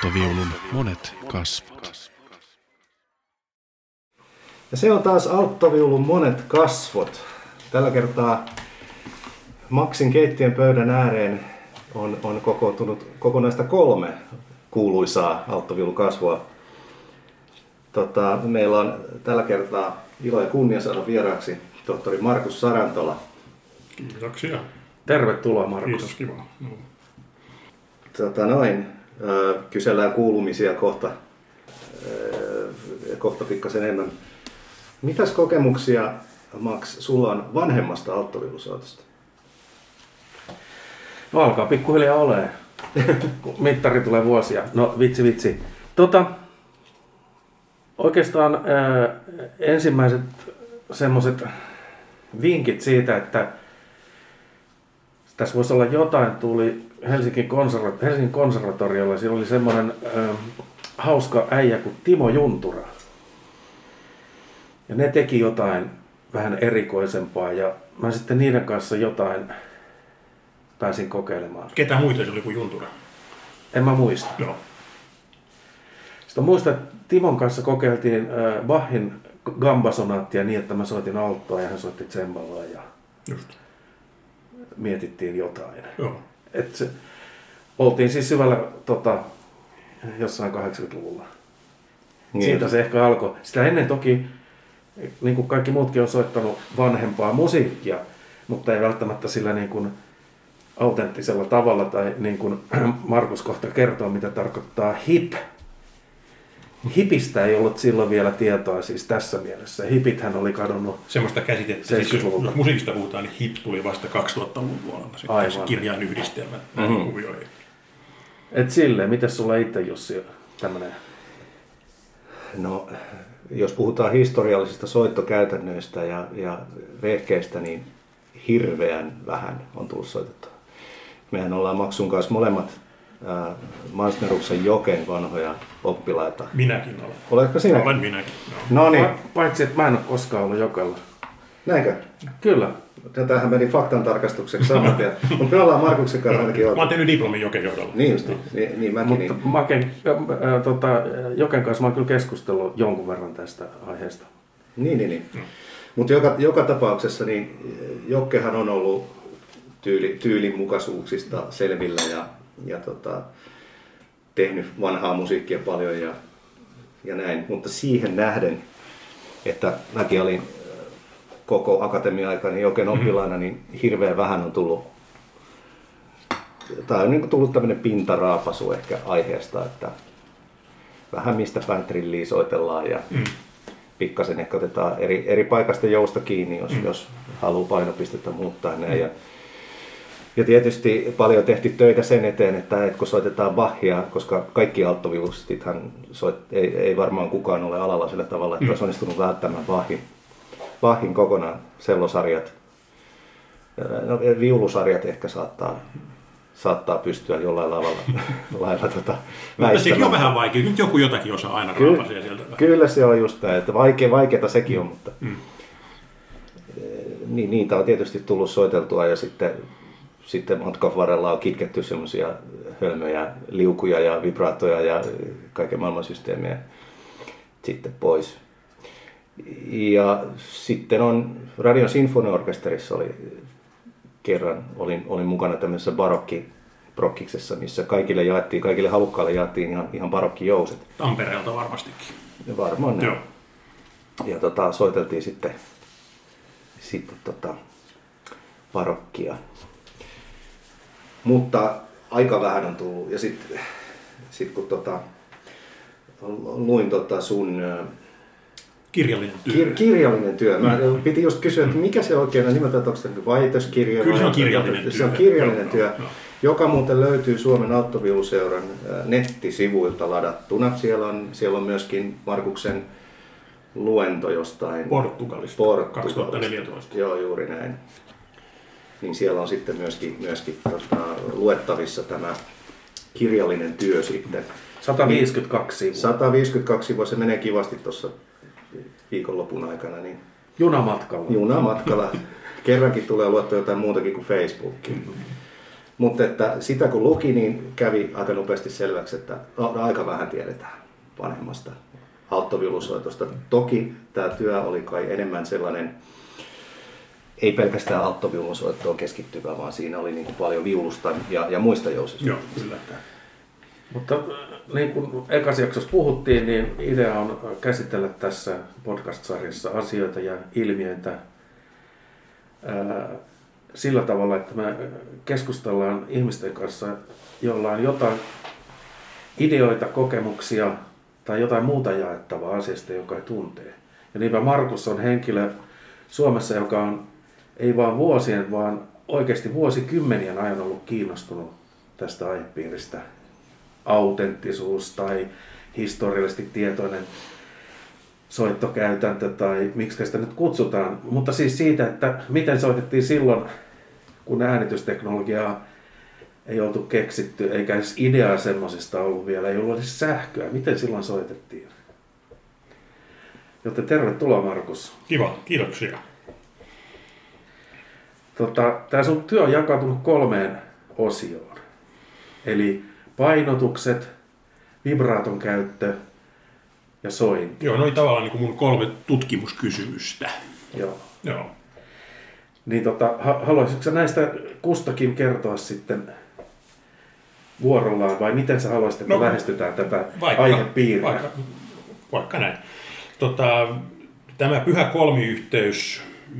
Alttoviulun monet kasvot. Ja se on taas Alttoviulun monet kasvot. Tällä kertaa Maxin keittiön pöydän ääreen on kokoontunut kokonaista 3 kuuluisaa Alttoviulun kasvua. Meillä on tällä kertaa ilo ja kunnia saada vieraaksi tohtori Markus Sarantola. Kiitoksia. Tervetuloa, Markus. Kiitos, kiva. Kysellään kuulumisia kohta pikkasen enemmän. Mitäs kokemuksia, Max, sulla on vanhemmasta Alttoviulusoitosta? No alkaa pikkuhiljaa olemaan, kun mittari tulee vuosia. No vitsi. Oikeastaan ensimmäiset semmoiset vinkit siitä, että tässä voisi olla jotain, tuli Helsingin konservatoriolla. Siellä oli semmoinen hauska äijä kuin Timo Juntura. Ja ne teki jotain vähän erikoisempaa ja mä sitten niiden kanssa jotain pääsin kokeilemaan. Ketä muita se oli kuin Juntura? En mä muista. Joo. Sitten muistan, että Timon kanssa kokeiltiin Bachin gambasonaattia niin, että mä soitin alttoa ja hän soitti tsembaloa ja Just. mietittiin jotain. Joo. Oltiin siis syvällä jossain 80-luvulla. Niin. Siitä se ehkä alkoi. Sitä ennen toki, niin kuin kaikki muutkin on soittanut vanhempaa musiikkia, mutta ei välttämättä sillä niin kuin autenttisella tavalla, tai niin kuin Markus kohta kertoo, mitä tarkoittaa hip. Hipistä ei ollut silloin vielä tietoa siis tässä mielessä. Hipithän oli kadonnut Semmoista käsitettä, siis jos musiikista puhutaan, niin hip tuli vasta 2000-luvulla. Se kirjainyhdistelmä näihin kuvioihin. Et silleen, mitäs sulla itse, Jussi, tämmönen? No, jos puhutaan historiallisista soittokäytännöistä ja vehkeistä, niin hirveän vähän on tullut soitettua. Mehän ollaan Maxun kanssa molemmat Mansneruksen Joken vanhoja oppilaita. Minäkin olen. Oletko sinä? Olen minäkin. No niin. Paitsi, että mä en ole koskaan ollut Jokella. Näinkö? Kyllä. Tämähän meni faktan tarkastukseksi saman tien. Mutta me ollaan Markuksen kanssa ainakin oltu. Mä oon tehnyt diplomin Joken johdolla. Niin just, niin mäkin. Mutta Joken kanssa mä oon kyllä keskustellut jonkun verran tästä aiheesta. Niin. Mutta joka tapauksessa niin Jokkehan on ollut tyylinmukaisuuksista selvillä ja tehnyt vanhaa musiikkia paljon ja näin. Mutta siihen nähden, että mäkin olin koko akatemia-aikani Joken oppilaana, niin hirveän vähän on tullut, tai on niin tullut tämmöinen pintaraapasu ehkä aiheesta, että vähän mistä päntrilliä soitellaan ja pikkasen ehkä otetaan eri paikasta jousta kiinni, jos haluaa painopistettä muuttaa näin. Ja tietysti paljon tehty töitä sen eteen, että kun soitetaan Bachia, koska kaikki alttoviulustithan ei varmaan kukaan ole alalla sillä tavalla, että olisi onnistunut välttämään Bachin kokonaan, sellosarjat. No, viulusarjat ehkä saattaa pystyä jollain lailla väistämään. Mutta sekin on vähän vaikea. Nyt joku jotakin osaa aina raapasia sieltä. Kyllä se on just tämä, että vaikeata sekin on, mutta niitä on tietysti tullut soiteltua ja sitten matkan varrella on kitketty semmoisia hölmöjä liukuja ja vibraattoja ja kaiken maailman systeemiä sitten pois. Ja sitten on Radion Sinfoniaorkesterissa olin mukana tämmöisessä barokkiprokkiksessa, missä kaikille halukkaille jaettiin ihan barokkijouset. Tampereelta varmastikin. Varmaan näin. Ja soiteltiin sitten barokkia. Mutta aika vähän on tullut. Ja sitten kun luin sun kirjallinen työ. Mä piti just kysyä, että mikä se oikein on nimeltään, onko se väitöskirja? Kyllä se on kirjallinen työ. Se on kirjallinen työ, joka muuten löytyy Suomen Alttoviuluseuran nettisivuilta ladattuna. Siellä on myöskin Markuksen luento jostain Portugalista 2014. Joo, juuri näin. Niin siellä on sitten myöskin luettavissa tämä kirjallinen työ sitten. 152 sivua. 152 sivua, se menee kivasti tuossa viikonlopun aikana. Niin Junamatkalla. Kerrankin tulee luettua jotain muutakin kuin Facebookia. Mutta että sitä kun luki, niin kävi aika nopeasti selväksi, että aika vähän tiedetään vanhemmasta alttoviulusoitosta. Toki tämä työ oli kai enemmän sellainen, ei pelkästään alttoviulusoittoon keskittyvä, vaan siinä oli niin kuin paljon viulusta ja muista jousisoitoista. Joo, kyllä. Mutta niin kuin ekassa jaksossa puhuttiin, niin idea on käsitellä tässä podcast-sarjassa asioita ja ilmiöitä sillä tavalla, että me keskustellaan ihmisten kanssa, joilla on jotain ideoita, kokemuksia tai jotain muuta jaettavaa asiasta, joka ei tuntee. Ja niinpä Markus on henkilö Suomessa, joka on ei vaan vuosien, vaan oikeasti vuosikymmenien ajan ollut kiinnostunut tästä aihepiiristä. Autenttisuus tai historiallisesti tietoinen soittokäytäntö tai miksi sitä nyt kutsutaan. Mutta siis siitä, että miten soitettiin silloin, kun äänitysteknologiaa ei oltu keksitty, eikä edes ideaa semmoisesta ollut vielä, ei ollut edes sähköä. Miten silloin soitettiin? Joten tervetuloa, Markus. Kiva, kiitoksia. Tämä sun työ on jakautunut 3 osioon. Eli painotukset, vibraaton käyttö ja sointi. Joo, ne oli tavallaan niin kuin mun 3 tutkimuskysymystä. Joo. Niin haluaisitko sä näistä kustakin kertoa sitten vuorollaan vai miten sä haluaisit, että lähestytään tätä aihepiiriä? Vaikka näin. Tämä pyhä kolmiyhteys,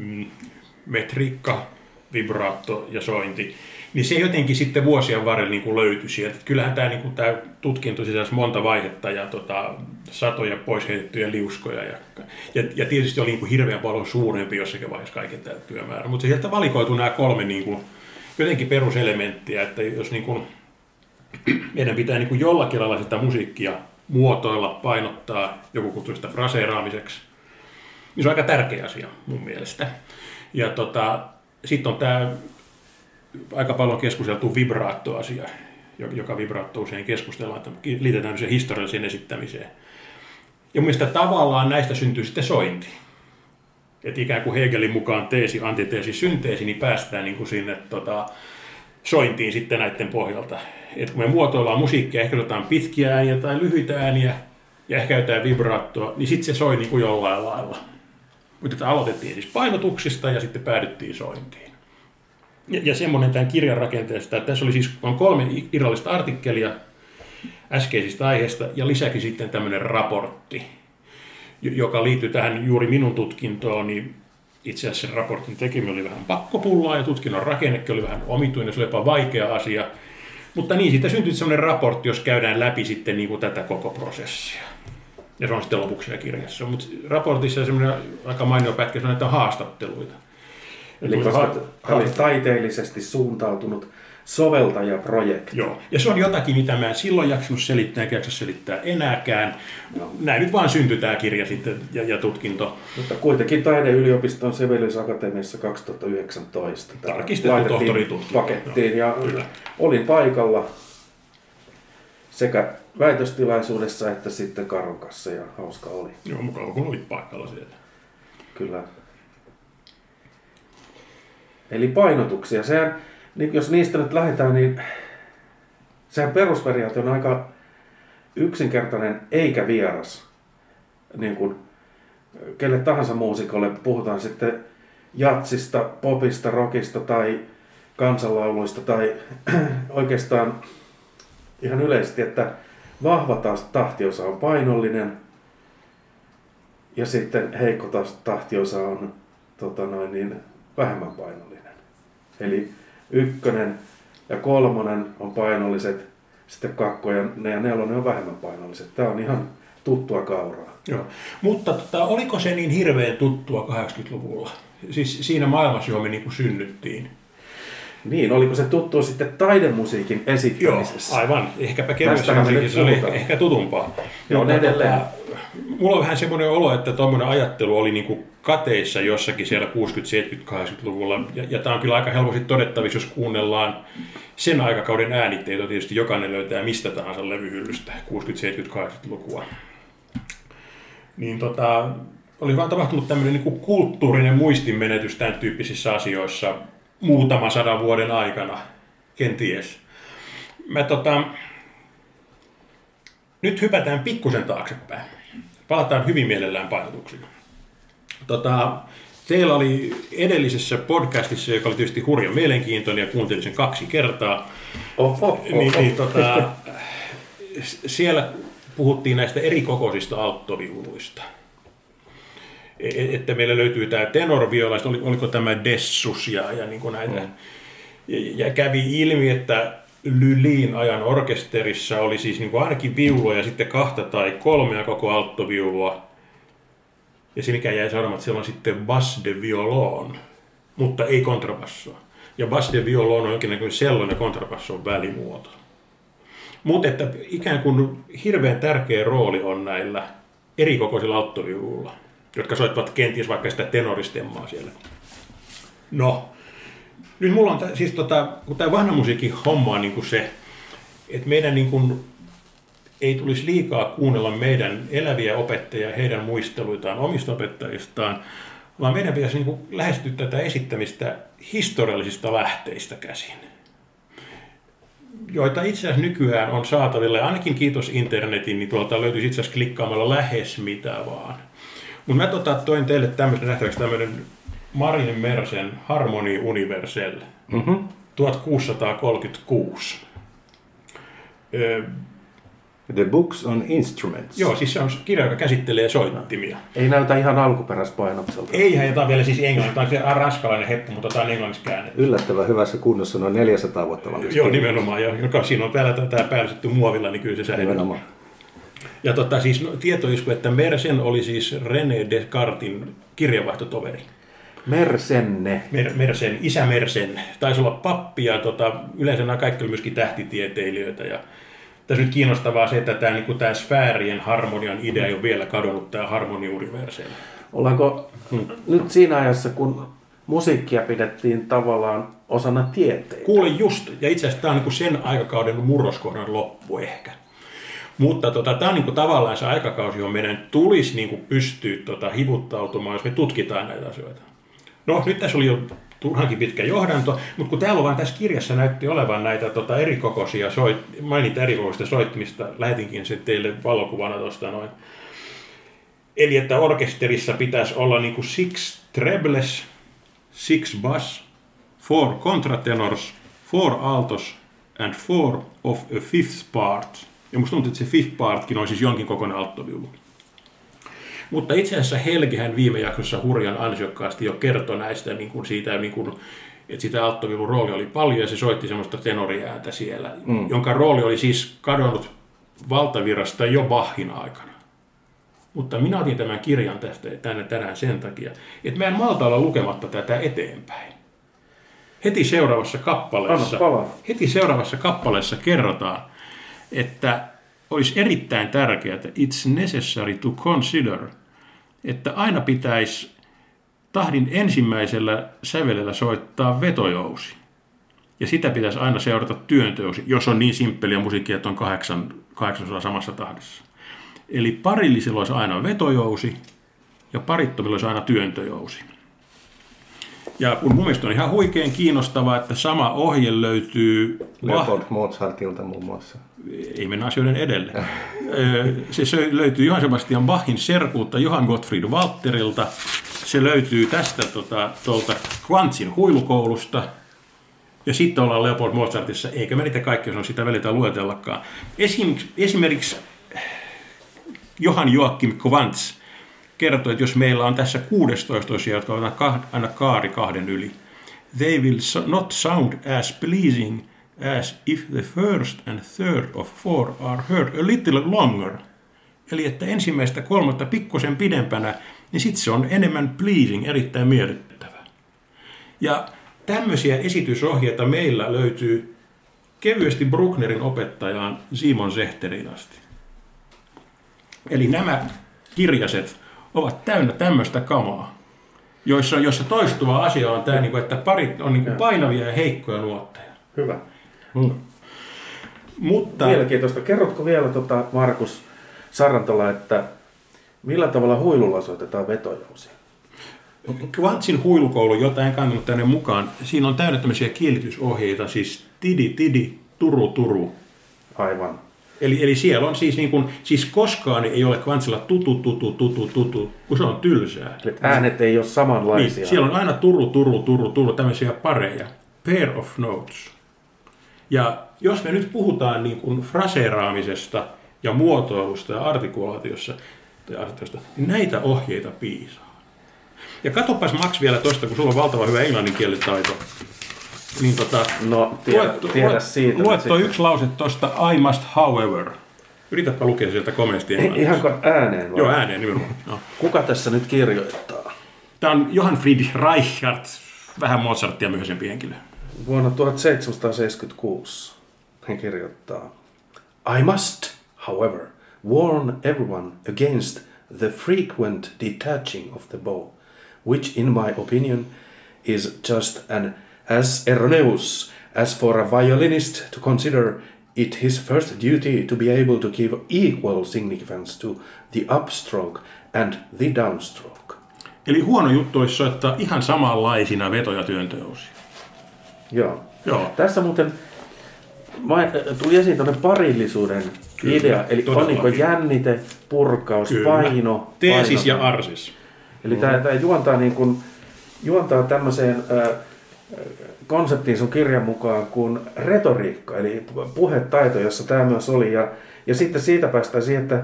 metriikka, vibraatto ja sointi, niin se jotenkin sitten vuosien varrella niin kuin löytyi sieltä. Kyllähän tämä, niin kuin tämä tutkinto sisälsi monta vaihetta ja satoja pois heitettyjä liuskoja. Ja tietysti oli niin kuin hirveän paljon suurempi jossakin vaiheessa kaiken tämä työmäärä. Mutta sieltä valikoitu nämä 3 niin kuin jotenkin peruselementtiä, että jos niin kuin, meidän pitää niin kuin jollakin lailla sitä musiikkia muotoilla, painottaa, joku kutsuu sitä fraseeraamiseksi, niin se on aika tärkeä asia mun mielestä. Ja sitten on tämä aika paljon keskusteltu vibraattoasia, joka vibraatto usein keskustellaan, että liitetään se historialliseen esittämiseen. Ja mun mielestä tavallaan näistä syntyy sitten sointi. Että ikään kuin Hegelin mukaan teesi, antiteesi, synteesi, niin päästään niin kuin sinne sointiin sitten näiden pohjalta. Että kun me muotoillaan musiikkia, ehkä otetaan pitkiä ääniä tai lyhyitä ääniä ja ehkä jotain vibraattoa, niin sitten se soi niin kuin jollain lailla. Mutta aloitettiin siis painotuksista ja sitten päädyttiin sointiin. Ja semmoinen tämän kirjan rakenteesta, että tässä oli siis 3 irrallista artikkelia äskeisistä aiheista ja lisäksi sitten tämmöinen raportti, joka liittyy tähän juuri minun tutkintoon, niin itse asiassa sen raportin tekeminen oli vähän pakkopullaa ja tutkinnon rakennekin oli vähän omituinen, se oli jopa vaikea asia. Mutta niin, siitä syntyi semmoinen raportti, jos käydään läpi sitten niin kuin tätä koko prosessia. Ja se on sitten lopuksi siellä kirjassa. Mutta raportissa on semmoinen aika mainio pätkä, se on näitä haastatteluita. Eli koska tämä oli taiteellisesti suuntautunut soveltajaprojekti. Joo, ja se on jotakin, mitä mä en silloin jaksanut selittää, enkä jaksa selittää enääkään. Näin nyt vaan syntyi tämä kirja sitten ja tutkinto. Mutta kuitenkin Taideyliopiston Sibelius Akatemiassa 2019. Tarkistettu tohtoritutkinto. Pakettiin ja kyllä. Olin paikalla sekä väitöstilaisuudessa että sitten Karukassa ja hauska oli. Joo, mukava kun olit paikalla siellä. Kyllä. Eli painotuksia. Sehän, niin jos niistä nyt lähdetään, niin sehän perusperiaate on aika yksinkertainen eikä vieras. Niin kuin kelle tahansa muusikolle puhutaan sitten jatsista, popista, rockista tai kansanlauluista tai oikeastaan ihan yleisesti, että vahva tahtiosa on painollinen ja sitten heikko tahtiosa on vähemmän painollinen. Eli 1 ja 3 on painolliset, sitten 2 ja 4 on vähemmän painolliset. Tämä on ihan tuttua kauraa. Joo. Mutta oliko se niin hirveän tuttua 80-luvulla? Siis siinä maailmassa, johon me niin kuin synnyttiin. Niin, oliko se tuttua sitten taidemusiikin esittämisessä? Joo, aivan. Ehkäpä kevyessä musiikissa oli ehkä tutumpaa. Joo, edelleen. Mulla on vähän semmoinen olo, että tuommoinen ajattelu oli niin kuin kateissa jossakin siellä 60-, 70-, 80-luvulla. Ja tämä on kyllä aika helposti todettavissa, jos kuunnellaan sen aikakauden äänitteitä. Tietysti jokainen löytää mistä tahansa levyhyllystä 60-, 70-, 80-lukua. Niin oli vaan tapahtunut tämmöinen niin kuin kulttuurinen muistinmenetys tämän tyyppisissä asioissa muutaman 100 vuoden aikana. kenties. Nyt hypätään pikkusen taaksepäin. Palataan hyvin mielellään painotuksiin. Teillä oli edellisessä podcastissa, joka oli tietysti hurjan mielenkiintoinen ja kuuntelin sen 2 kertaa. Siellä puhuttiin näistä eri kokoisista alttoviuluista. Että meillä löytyy tämä tenorviola, oliko tämä dessus ja niin kuin näitä. Ja kävi ilmi, että Lylin ajan orkesterissa oli siis niin kuin ainakin viulua ja sitten 2 tai 3 koko alttoviulua. Ja se mikä jäi sanomaan, että siellä on sitten basse de violon, mutta ei kontrabassoa. Ja basse de violon on jonkinnäköinen sellon ja kontrabasson välimuoto. Mutta että ikään kuin hirveän tärkeä rooli on näillä erikokoisilla alttoviuluilla, jotka soittavat kenties vaikka sitä tenoristemmaa siellä. No, nyt mulla on siis kun tämä vanha musiikin homma on niin kuin se, että meidän niin kuin ei tulisi liikaa kuunnella meidän eläviä opettajia, heidän muisteluitaan omista opettajistaan, vaan meidän pitäisi niin kuin lähestyä tätä esittämistä historiallisista lähteistä käsin, joita itse asiassa nykyään on saatavilla, ja ainakin kiitos internetin, niin tuolta löytyisi itse asiassa klikkaamalla lähes mitä vaan. Mutta mä toin teille tämmöinen Marin Mersen Harmonie Universelle, 1636. The Books on Instruments. Joo, siis se on kirja, joka käsittelee soittimia. Ei näytä ihan alkuperäispainokselta. Eihän, tämä on vielä siis englanniksi. Tämä on se ranskalainen heppu, mutta tämä on englanniksi käännetty. Yllättävän hyvässä kunnossa, noin 400 vuotta valmistunut. Joo, nimenomaan. Ja joka siinä on tämä päällytetty muovilla, niin kyllä se säilyy. Nimenomaan. Ja siis tietoisku, että Mersen oli siis René Descartesin kirjavaihtotoveri. Mersenne. Mersen, isä Mersen. Taisi olla pappi ja yleensä nämä kaikki oli myöskin tähtitieteilijöitä. Ja tässä nyt kiinnostavaa se, että tämä sfäärien harmonian idea ei ole vielä kadonnut, tämä Harmonie Universelle. Ollaanko nyt siinä ajassa, kun musiikkia pidettiin tavallaan osana tieteitä? Kuule just, ja itse asiassa tämä on niin sen aikakauden murroskohdan loppu ehkä. Mutta tämä on niin tavallaan se aikakausi, johon meidän tulisi niin pystyä hivuttautumaan, jos me tutkitaan näitä asioita. No nyt tässä oli jo turhankin pitkä johdanto, mutta kun täällä on vaan tässä kirjassa näytti olevan näitä erikokoisia mainita erikokoista soittimista, lähetinkin sen teille valokuvana tuosta noin. Eli että orkesterissa pitäisi olla niin kuin 6 trebles, 6 bass, 4 contratenors, 4 altos and 4 of a fifth part. Ja musta tuntuu, että se fifth partkin on siis jonkin kokoinen alttoviulu. Mutta itse asiassa Helgehän viime jaksossa hurjan ansiokkaasti jo kertoi näistä niin kuin siitä, niin kuin, että sitä alttoviulun rooli oli paljon ja se soitti semmoista tenoriääntä siellä, jonka rooli oli siis kadonnut valtavirrasta jo Bachin aikana. Mutta minä otin tämän kirjan tästä tänään sen takia, että mä en malta olla lukematta tätä eteenpäin. Heti seuraavassa kappaleessa kerrotaan, että olisi erittäin tärkeää, että it's necessary to consider, että aina pitäisi tahdin ensimmäisellä sävelellä soittaa vetojousi. Ja sitä pitäisi aina seurata työntöjousi, jos on niin simppeliä musiikkia, että on 8 samassa tahdissa. Eli parillisilla olisi aina vetojousi ja parittomilla olisi aina työntöjousi. Ja mun mielestä on ihan huikein kiinnostavaa, että sama ohje löytyy Leopold Mozartilta muun muassa. Ei mennä asioiden edelle. Se löytyy Johann Sebastian Bachin serkulta Johann Gottfried Walterilta. Se löytyy tästä tuolta Quantzin huilukoulusta. Ja sitten ollaan Leopold Mozartissa, eikä me niitä kaikki, jos on sitä välitä luetellakaan. Esimerkiksi Johann Joachim Quantz kertoo, että jos meillä on tässä 16 osia, jotka ovat aina kaari 2 yli, they will not sound as pleasing as if the first and third of 4 are heard a little longer. Eli että ensimmäistä 3 pikkusen pidempänä, niin sitten se on enemmän pleasing, erittäin miellyttävä. Ja tämmöisiä esitysohjeita meillä löytyy kevyesti Brucknerin opettajaan Simon Sechterin asti. Eli nämä kirjaset ovat täynnä tämmöistä kamaa, joissa toistuva asia on tämä, että parit on painavia ja heikkoja nuotteja. Hyvä. Mutta mielenkiintoista. Kerrotko vielä, Markus Sarrantola, että millä tavalla huilulla soitetaan vetojousia? Kvantsin huilukoulu, jota en kannanut tänne mukaan, siinä on täynnä tämmöisiä kiellitysohjeita, siis tidi, turu. Aivan. Eli siellä on siis, niin kuin, siis koskaan ei ole Kvantsilla tutu, kun se on tylsää. Eli äänet ei ole samanlaisia. Niin, siellä on aina turu, tämmöisiä pareja. Pair of notes. Ja jos me nyt puhutaan niin kuin fraseeraamisesta ja muotoilusta ja artikulaatiossa, niin näitä ohjeita piisaa. Ja katsopas Max vielä tuosta, kun sulla on valtava hyvä englanninkielen taito. Niin tiedä siitä. Luet tuo yksi lause tuosta I must however. Yritäpä lukea sieltä komeasti englanniksi. Ihanko ääneen vai? Joo, ääneen nimenomaan. No. Kuka tässä nyt kirjoittaa? Tämä on Johann Friedrich Reichhardt, vähän Mozartia myöhäisempi henkilö. Vuonna 1776 hän kirjoittaa: I must, however, warn everyone against the frequent detaching of the bow, which in my opinion is just as erroneous as for a violinist to consider it his first duty to be able to give equal significance to the upstroke and the downstroke. Eli huono juttu olisi soittaa ihan samanlaisina veto- ja työntöosia. Joo. Joo. Tässä muuten tuli esiin tämmöinen parillisuuden idea, eli on niin kuin jännite, purkaus, paino. Teesis ja arsis. Eli tämä juontaa tämmöiseen konseptiin sun kirjan mukaan kuin retoriikka, eli puhetaito, jossa tämä myös oli. Ja sitten siitä päästään siihen, että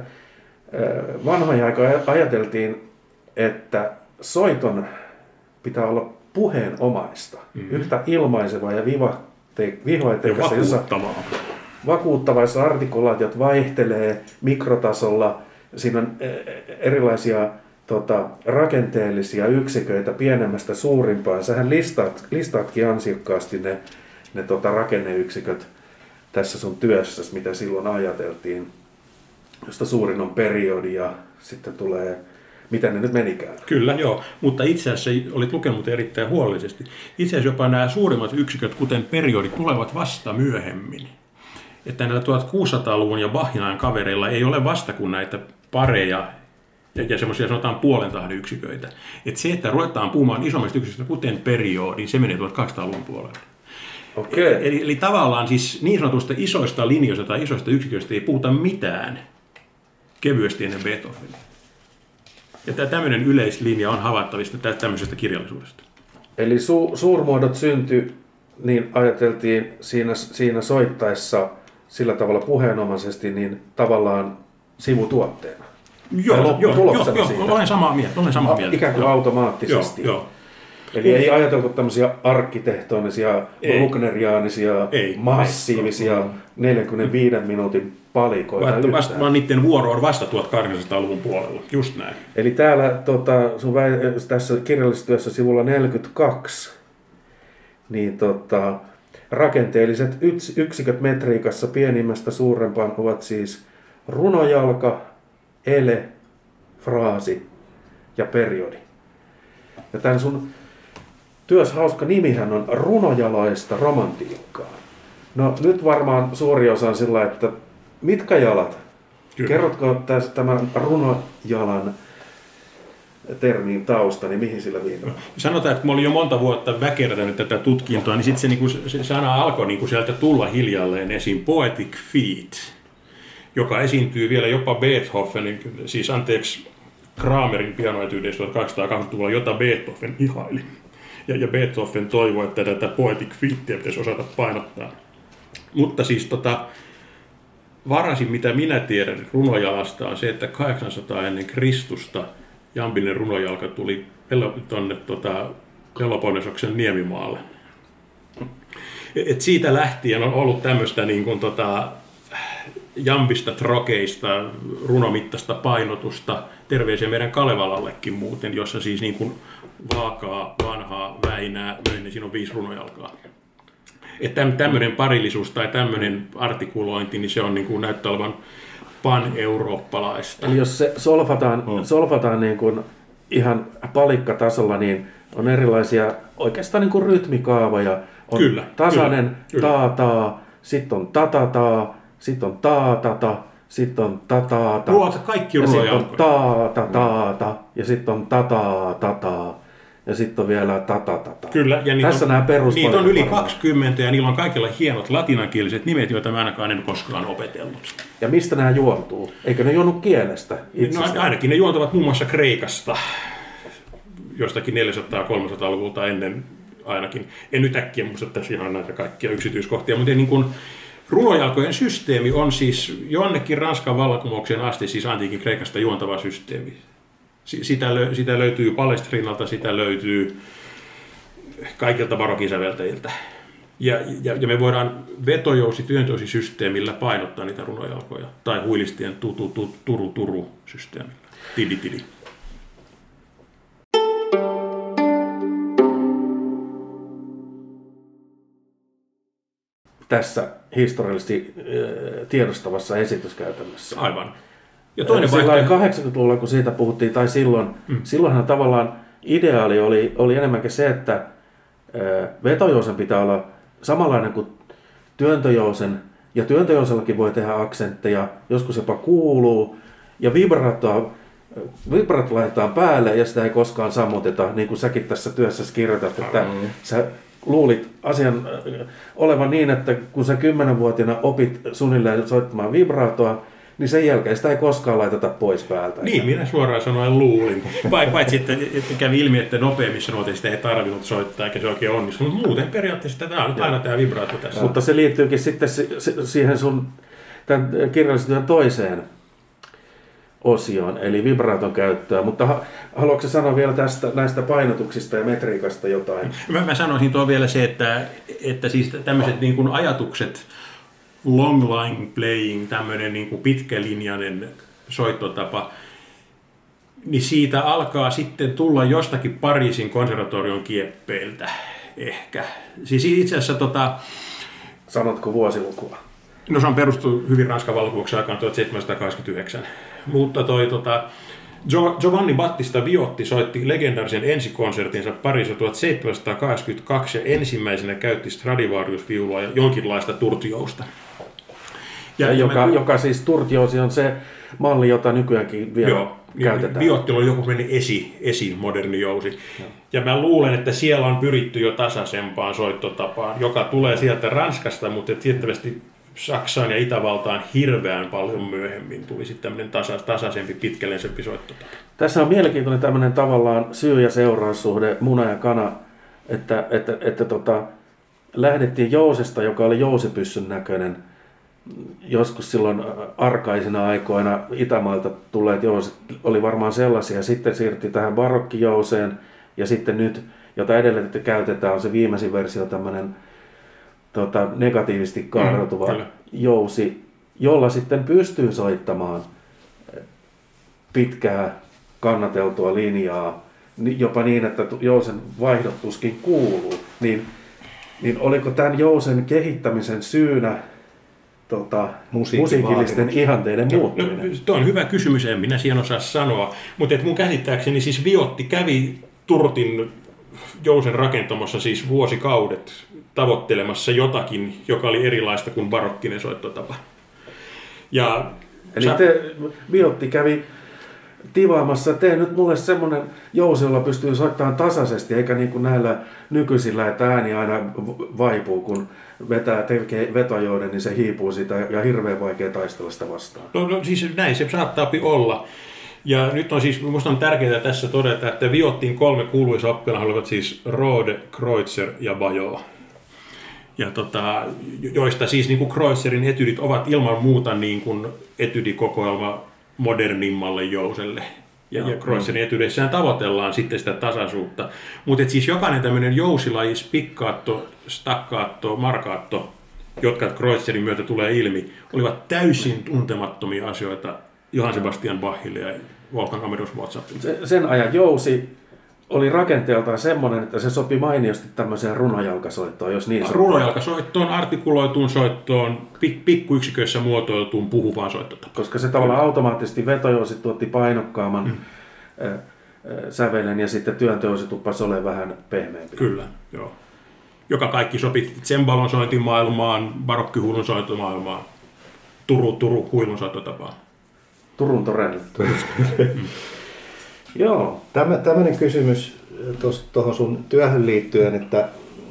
vanhoja aikaa ajateltiin, että soiton pitää olla puheenomaista, yhtä ilmaisevaa ja vivahteikasta, jossa vakuuttavaa, jossa artikulaatiot vaihtelee mikrotasolla, siinä on erilaisia rakenteellisia yksiköitä pienemmästä suurimpaan. Sähän listaatkin ansiokkaasti ne rakenneyksiköt tässä sun työssäsi, mitä silloin ajateltiin, josta suurin on periodi ja sitten tulee, miten ne nyt menikään. Kyllä, joo, mutta itse asiassa olit lukenut erittäin huolellisesti. Itse asiassa jopa nämä suurimmat yksiköt, kuten periodit, tulevat vasta myöhemmin. Että näillä 1600-luvun ja Bachin ajan kavereilla ei ole vasta kuin näitä pareja, ja semmoisia sanotaan puolen tahdin yksiköitä. Että se, että ruvetaan puhumaan isommista yksiköistä, kuten periodi, se menee 1200-luvun puolelle. Okay. Eli tavallaan siis niin sanotusta isoista linjoista tai isoista yksiköistä ei puhuta mitään kevyesti ennen Beethovenia. Ja tämmöinen yleislinja on havaittavista tämmöisestä kirjallisuudesta. Eli suurmuodot syntyi, niin ajateltiin siinä soittaessa sillä tavalla puheenomaisesti, niin tavallaan sivutuotteena. Joo, olen samaa mieltä. Ikään kuin automaattisesti. Joo. Eli ei ajateltu tämmöisiä arkkitehtonisia, bruckneriaanisia, massiivisia 45 minuutin palikoita vaan niiden vuoro on vasta 1800-luvun puolella, just näin. Eli täällä tässä kirjallisessa työssä sivulla 42, niin rakenteelliset yksiköt metriikassa pienimmästä suurempaan ovat siis runojalka, ele, fraasi ja periodi. Ja tämän sun työs hauska nimihän on runojalaista romantiikkaa. No nyt varmaan suuri osa on sillä, että mitkä jalat? Kyllä. Kerrotko tämän runojalan termin tausta, niin mihin sillä viittaa? Sanotaan, että mä olin jo monta vuotta väkertänyt tätä tutkintoa, niin sitten se sana alkoi sieltä tulla hiljalleen esiin, poetic feet, joka esiintyy vielä jopa Beethovenin, Kramerin pianoetyydeistä 1820-luvulla, jota Beethoven ihaili. Ja Beethoven toivoi, että tätä poetic feetia pitäisi osata painottaa. Mutta siis varaisin, mitä minä tiedän runojalasta, on se, että 800 ennen Kristusta Jambinen runojalka tuli tuonne Peloponnesoksen niemimaalle. Et siitä lähtien on ollut tämmöistä niin kuin, jambista trokeista, runomittaista painotusta, terveisiä meidän Kalevalallekin muuten, jossa siis niin kuin Vaakaa, Vanhaa, Väinää, Möinen, siinä on 5 runojalkaa. Että tämmöinen parillisuus tai tämmöinen artikulointi, niin se on niin kuin, näyttää olevan pan-eurooppalaista. Eli jos se solfataan niin kuin ihan palikkatasolla, niin on erilaisia oikeastaan niin kuin rytmikaavoja. On kyllä, tasainen taa-taa, sitten on tatataa, sitten on taa-tata, sitten on tataata. Kaikki runojalkoja. Ja sitten on taa-tataata, ja sitten on tataa-tataa. ja sitten on vielä tatatata. Kyllä, ja tässä nämä niitä on yli 20 ja niillä on kaikilla hienot latinankieliset nimet, joita mä ainakaan en koskaan opetellut. Ja mistä nämä juontuu? Eikö ne juonnu kielestä itsessään? No, ainakin ne juontavat muun muassa Kreikasta, jostakin 400-300-luvulta ennen ainakin. En nyt äkkiä muista tässä ihan näitä kaikkia yksityiskohtia, mutta niin kuin runojalkojen systeemi on siis jonnekin Ranskan vallankumoukseen asti siis antiikin Kreikasta juontava systeemi. Sitä löytyy Palestrinalta, sitä löytyy kaikilta barokin säveltäjiltä. Ja me voidaan vetojousi-työntoisi-systeemillä painottaa niitä runojalkoja. Tai huilistien turu-turu-systeemillä. Tidi-tidi. Tässä historiallisesti tiedostavassa esityskäytännössä. Aivan. Ja toinen vaihtoehto 80-luvulla, kun siitä puhuttiin, tai silloinhan tavallaan ideaali oli enemmänkin se, että vetojousen pitää olla samanlainen kuin työntöjousen, ja työntöjousellakin voi tehdä aksentteja, joskus jopa kuuluu, ja vibrato laitetaan päälle, ja sitä ei koskaan sammuteta, niin kuin säkin tässä työssä kirjoitat, että sä luulit asian olevan niin, että kun sä 10-vuotiaana opit suunnilleen soittamaan vibraatoa, niin sen jälkeen sitä ei koskaan laiteta pois päältä. Niin, minä suoraan sanoen luulin. Paitsi, että kävi ilmi, että nopeimmissa nuoteissa ei tarvinnut soittaa, eikä se oikein onnistunut. Muuten periaatteessa tämä on aina tämä vibraato tässä. Mutta se liittyykin sitten siihen sun tämän kirjallisuuden toiseen osioon, eli vibraaton käyttöä. Mutta haluatko sanoa vielä näistä painotuksista ja metriikasta jotain? Mä sanoisin tuo vielä se, että siis tämmöiset niin kuin ajatukset, long line playing, tämmöinen niin kuin pitkälinjainen soittotapa, niin siitä alkaa sitten tulla jostakin Pariisin konservatorion kieppeiltä ehkä. Siis itse asiassa Sanotko vuosilukua? No se on perustu hyvin Ranskan vallankumouksen aikaan 1789, mutta Giovanni Battista Viotti soitti legendaarisen ensikonsertinsa Pariisissa 1782 ja ensimmäisenä käytti Stradivarius-viulua ja jonkinlaista turtiousta. Joka siis turtiousi on se malli, jota nykyäänkin vielä käytetään. Viottilla on joku moderni jousi. Ja mä luulen, että siellä on pyritty jo tasaisempaan soittotapaan, joka tulee sieltä Ranskasta, mutta tiettävästi Saksaan ja Itävaltaan hirveän paljon myöhemmin tuli sitten tämmöinen tasaisempi, pitkällisempi soittotapa. Tässä on mielenkiintoinen tämmöinen tavallaan syy- ja seuraussuhde, muna ja kana, että lähdettiin jousesta, joka oli jousipyssyn näköinen. Joskus silloin arkaisina aikoina Itämaalta tulleet jouset oli varmaan sellaisia. Sitten siirryttiin tähän barokkijouseen ja sitten nyt, jota edelleen käytetään, on se viimeisin versio, tämmöinen negatiivisesti kaartuva jousi, jolla sitten pystyy soittamaan pitkää kannateltua linjaa, jopa niin, että jousen vaihdot tuskin kuuluu. Niin oliko tämän jousen kehittämisen syynä musiikillisten ihanteiden muuttuminen? No, tuo on hyvä kysymys, en minä siihen osaa sanoa, mutta mun käsittääkseni siis Viotti kävi Turtin jousen rakentamassa siis vuosikaudet tavoittelemassa jotakin, joka oli erilaista kuin barokkinen soittotapa. Eli Viotti kävi tivaamassa, tee nyt mulle semmoinen jousi, jolla pystyy soittamaan tasaisesti, eikä niin kuin näillä nykyisillä, että ääni aina vaipuu, kun tekee vetojouden, niin se hiipuu sitä ja hirveän vaikea taistella sitä vastaan. No siis näin se saattaa olla. Ja nyt on siis, minusta on tärkeää tässä todeta, että Viottin 3 kuuluisa oppilaita olivat siis Rode, Kreutzer ja Baillot. Ja joista siis niin kuin Kreutzerin etydit ovat ilman muuta niin kuin etydikokoelma modernimmalle jouselle. Ja Kreutzerin etydeissään tavoitellaan sitten sitä tasaisuutta. Mutta siis jokainen tämmöinen jousilaji, spiccato, staccato, marcato, jotka Kreutzerin myötä tulee ilmi, olivat täysin tuntemattomia asioita Johann Sebastian Bachille ja Wolfgang Amadeus Mozartille. Sen ajan jousi oli rakenteeltaan semmoinen, että se sopi mainiosti tämmöiseen runojalkasoittoon, jos niin sanotaan. Runojalkasoittoon, artikuloituun soittoon, pikkuyksiköissä muotoiltuun puhuvaan soittotapaan. Koska se tavallaan automaattisesti vetojousi tuotti painokkaamman sävelen ja sitten työntöjousi tuppasi olemaan vähän pehmeämpi. Kyllä, joo. Joka kaikki sopi tsembalon sointimaailmaan, barokkihuilun sointimaailmaan, Turu huilun soittotapaan. Turun torelle. Joo. Tämmöinen kysymys tuohon sun työhön liittyen, että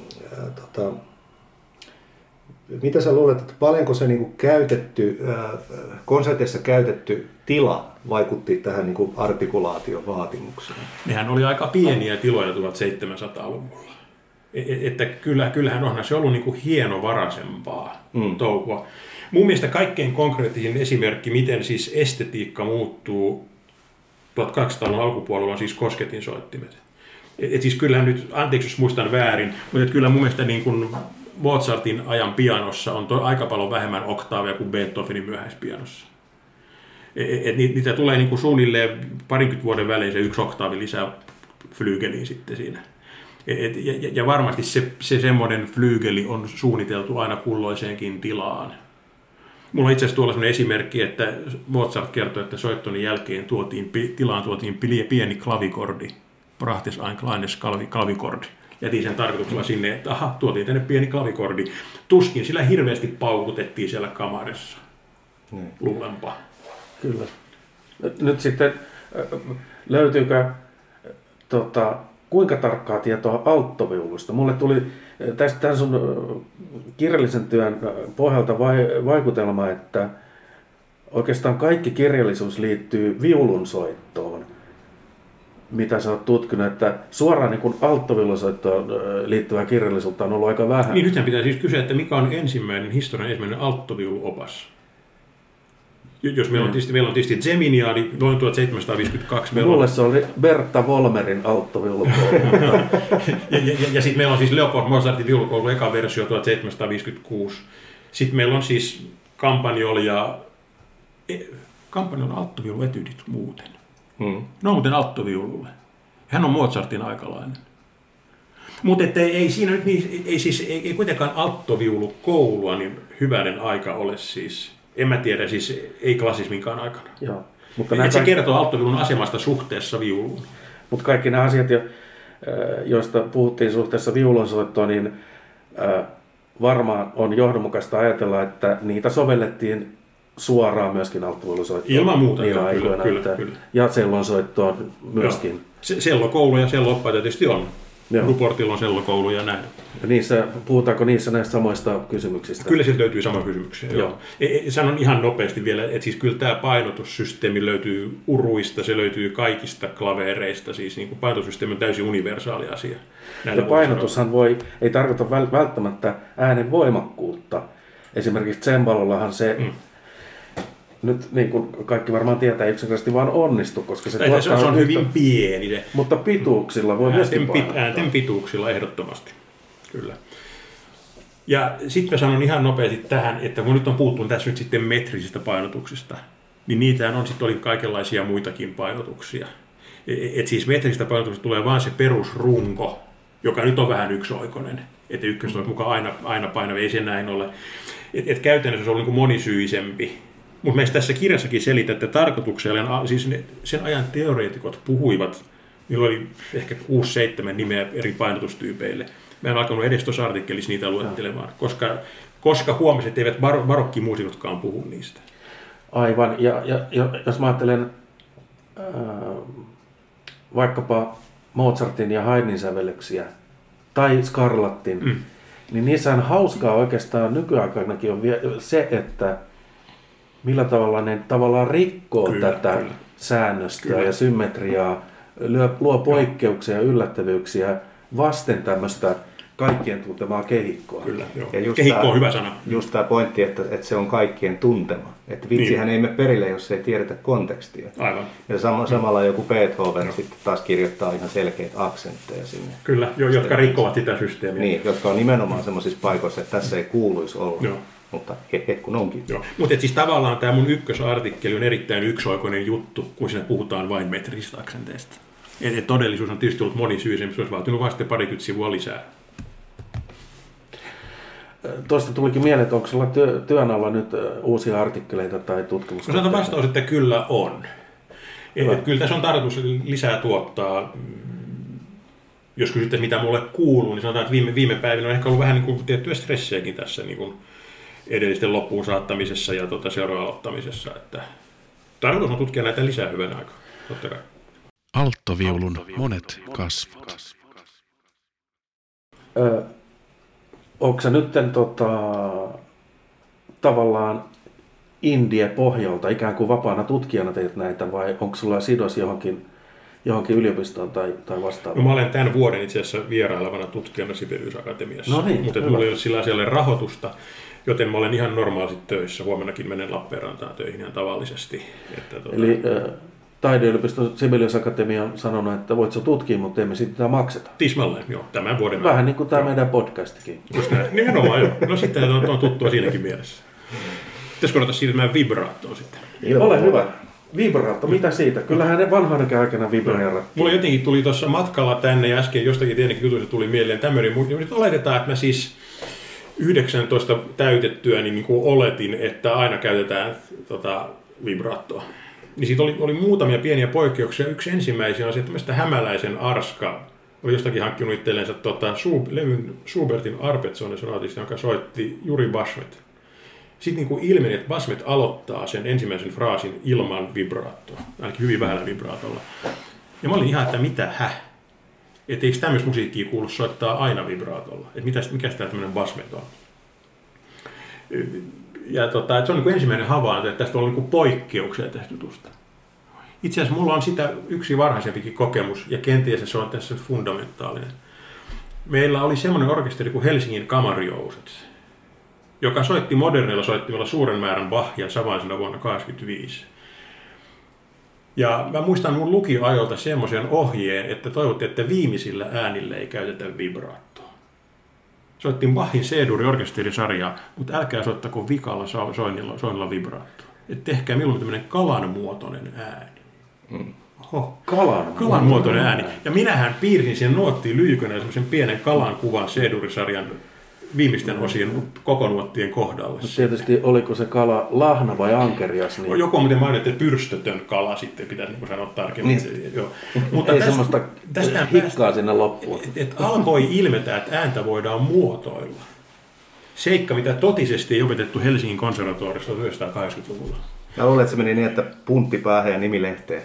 mitä sä luulet, että paljonko se niinku konserteissa käytetty tila vaikutti tähän niinku artikulaation vaatimukseen? Nehän oli aika pieniä tiloja 1700-luvulla. Että kyllähän onhan se ollut niinku hienovaraisempaa touhua. Mun mielestä kaikkein konkreettisin esimerkki, miten siis estetiikka muuttuu 1800-luvun alkupuolella, on siis kosketinsoittimet. Et siis kyllähän nyt, anteeksi jos muistan väärin, mutta kyllä mun mielestä niin kuin Mozartin ajan pianossa on aika paljon vähemmän oktaaveja kuin Beethovenin myöhäispianossa. Niitä tulee niin kuin suunnilleen 20 vuoden välein se 1 oktaavi lisää flygeliin sitten siinä. Ja varmasti se semmoinen flygeli on suunniteltu aina kulloiseenkin tilaan. Mulla on itse asiassa tuolla sellainen esimerkki, että Mozart kertoi, että soittonin jälkeen tilaan tuotiin pieni klavikordi, Brachtes ein kleines klavikordi. Jätin sen tarkoituksella sinne, että tuotiin tänne pieni klavikordi. Tuskin sillä hirveästi paukutettiin siellä kamarissa. Luulenpa. Kyllä. Nyt sitten löytyykö kuinka tarkkaa tietoa alttoviulusta? Mulle tuli tämän sun kirjallisen työn pohjalta vaikutelma, että oikeastaan kaikki kirjallisuus liittyy viulunsoittoon, mitä sä oot tutkinut, että suoraan niin alttoviulunsoittoon liittyvää kirjallisuutta on ollut aika vähän. Niin nythän pitää siis kysyä, että mikä on historian ensimmäinen alttoviuluopas? Jos meillä on tietysti Geminiadi noin 1752. Mulle se oli Bertta Volmerin alttoviulukoulu. ja sitten meillä on siis Leopold Mozartin viulukoulu eka versio 1756. Sitten meillä on siis Campagnol alttoviuluetydit muuten. No muuten alttoviululle. Hän on Mozartin aikalainen. Mutta ei siinä nyt ei kuitenkaan alttoviulukoulua niin hyvänen aika ole siis. En mä tiedä, siis ei klassisminkaan aikana. Joo, mutta se kertoo alttoviulun asemasta suhteessa viuluun. Mutta kaikki nämä asiat, joista puhuttiin suhteessa viulunsoittoon, niin varmaan on johdonmukaista ajatella, että niitä sovellettiin suoraan myöskin alttoviulunsoittoon. Ilman muuta, kyllä. Ja sellonsoittoon myöskin. Sellokoulu ja sello-oppaita tietysti on. Ruportilla on sellokoulu ja näin. Ja puhutaanko niissä näistä samoista kysymyksistä? Kyllä sieltä löytyy samoja kysymyksiä. Joo. Sanon ihan nopeasti vielä, että siis kyllä tämä painotussysteemi löytyy uruista, se löytyy kaikista klavereista, siis niin kuin painotussysteemi on täysin universaali asia. Ja painotushan ei tarkoita välttämättä äänen voimakkuutta. Esimerkiksi tsembalollahan se nyt niin kuin kaikki varmaan tietää, yksinkertaisesti vaan onnistu, koska se on hyvin pieni. Mutta pituuksilla voi myöskin painottaa. Äänten pituuksilla ehdottomasti, kyllä. Ja sitten mä sanon ihan nopeasti tähän, että kun nyt on puhuttu tässä nyt sitten metrisistä painotuksista, niin niitähän on sitten oli kaikenlaisia muitakin painotuksia. Et siis metrisistä painotuksista tulee vaan se perusrunko, joka nyt on vähän yksioikoinen. Että ykköset on mukaan aina painavia, ei se näin ole. Et käytännössä se on niin kuin monisyisempi. Mutta meistä tässä kirjassakin selitä, että tarkoituksella, siis sen ajan teoreetikot puhuivat, niillä oli ehkä 6-7 nimeä eri painotustyypeille. Mä en alkanut edes tuossa artikkelissa niitä luettelemaan, koska huomasin, että eivät barokkimuusikotkaan puhu niistä. Aivan, ja jos mä ajattelen vaikkapa Mozartin ja Haydnin sävellyksiä tai Scarlattin, niin niissähän hauskaa oikeastaan nykyaikanakin on se, että millä tavalla ne tavallaan rikkoo tätä säännöstöä ja symmetriaa, luo poikkeuksia ja yllättävyyksiä vasten tämmöistä kaikkien tuntemaa kehikkoa. Kyllä, joo. Ja kehikko on hyvä sana. Just tämä pointti, että se on kaikkien tuntema. Että vitsihän ei mene perille, jos ei tiedetä kontekstia. Aivan. Ja samalla joku Beethoven sitten taas kirjoittaa ihan selkeitä aksentteja sinne. Kyllä, jotka rikkovat sitä systeemiä. Niin, jotka on nimenomaan semmoisissa paikoissa, että tässä ei kuuluisi olla. Joo. Mutta kun onkin. Mutta siis tavallaan tämä mun ykkösartikkeli on erittäin yksioikoinen juttu, kun siinä puhutaan vain metrisistä aksenteista. Et todellisuus on tietysti ollut monisyisempi, se olisi vaatinut vain sitten 20 sivua lisää. Tuosta tulikin mieleen, että onko sulla työn alla nyt uusia artikkeleita tai tutkimuskohteita? Sanotaan vastaus, että kyllä on. Kyllä tässä on tarkoitus lisää tuottaa. Jos kysyttäisiin, mitä mulle kuuluu, niin sanotaan, että viime päivinä on ehkä ollut vähän niin kuin tiettyä stressiäkin tässä niin kuin edellisten loppuun saattamisessa ja seuraavan aloittamisessa. Että tarkoitus on tutkia näitä lisää hyvän aikaa, totta kai. Alttoviulun monet kasvot. Onko se nyt tavallaan indie-pohjalta ikään kuin vapaana tutkijana teet näitä vai onko sulla sidos johonkin yliopistoon tai vastaavaan? No, mä olen tämän vuoden itse asiassa vierailevana tutkijana Sibelius Akatemiassa, no niin, mutta mulla ei ole sillä asialle rahoitusta, joten mä olen ihan normaalisti töissä. Huomennakin menen Lappeenrantaan töihin ihan tavallisesti. Eli Taideyliopiston Sibelius Akatemia on sanonut, että voit sä tutkia, mutta emme siitä makseta. Tismalleen, joo, tämän vuoden. Vähän niin kuin tämä meidän podcastikin. Just näin, nimenomaan joo. No sitten on tuttua siinäkin mielessä. Pitäisikö odottaa siirtymään vibraattoon sitten? Ole hyvä. Vibraatto, mitä siitä? Kyllähän ne vanhoinakin aikana vibreerattiin. Mulla jotenkin tuli tuossa matkalla tänne ja äsken jostakin tietenkin jutuista tuli mieleen tämmöinen. Nyt oletetaan, että mä siis 19 täytettyä niin kuin oletin, että aina käytetään vibraattoa. Niin siitä oli muutamia pieniä poikkeuksia. Yksi ensimmäisiä on se, että Hämäläisen Arska oli jostakin hankkinut itsellensä levyn Schubertin Arpetsonen-sonaatista, jonka soitti Juri Basmet. Sitten niin ilmeni, että Basmet aloittaa sen ensimmäisen fraasin ilman vibraattoa, ainakin hyvin vähällä vibraatolla. Ja mä olin ihan, että mitä Että eikö tämmöistä musiikkia kuulu soittaa aina vibraatolla? Että mikä tämä tämmöinen Basmet on? Ja että se on niin ensimmäinen havainto, että tästä on niin poikkeuksia tästä jutusta. Itse asiassa mulla on sitä yksi varhaisempikin kokemus, ja kenties se on tässä fundamentaalinen. Meillä oli semmoinen orkesteri kuin Helsingin Kamariouset, joka soitti modernilla soittimella suuren määrän Bachia samaisena vuonna 1985. Ja mä muistan mun lukioajolta semmoisen ohjeen, että toivottiin, että viimeisillä äänillä ei käytetä vibraattoa. Soittiin Bachin C-dur-orkesterisarjaa, mutta älkää soittako vikalla soinnilla vibraattoa. Että tehkää milloin tämmöinen kalanmuotoinen ääni. Kalanmuotoinen ääni. Ja minähän piirsin sen nuottiin lyykönä semmoisen pienen kalan kuvan C-dur-sarjan viimeisten osien kokonuottien kohdalla. Tietysti oliko se kala lahna vai ankerias? Niin... Joku on miten mainittu, että pyrstötön kala sitten pitäisi niin sanoa tarkemmin. Niin. Mutta ei semmoista hikkaa sinne loppuun. Alkoi ilmetä, että ääntä voidaan muotoilla. Seikka, mitä totisesti ei opetettu Helsingin konservatoriossa 1980-luvulla. Mä luulen, että se meni niin, että puntti päähän ja nimi lehteen.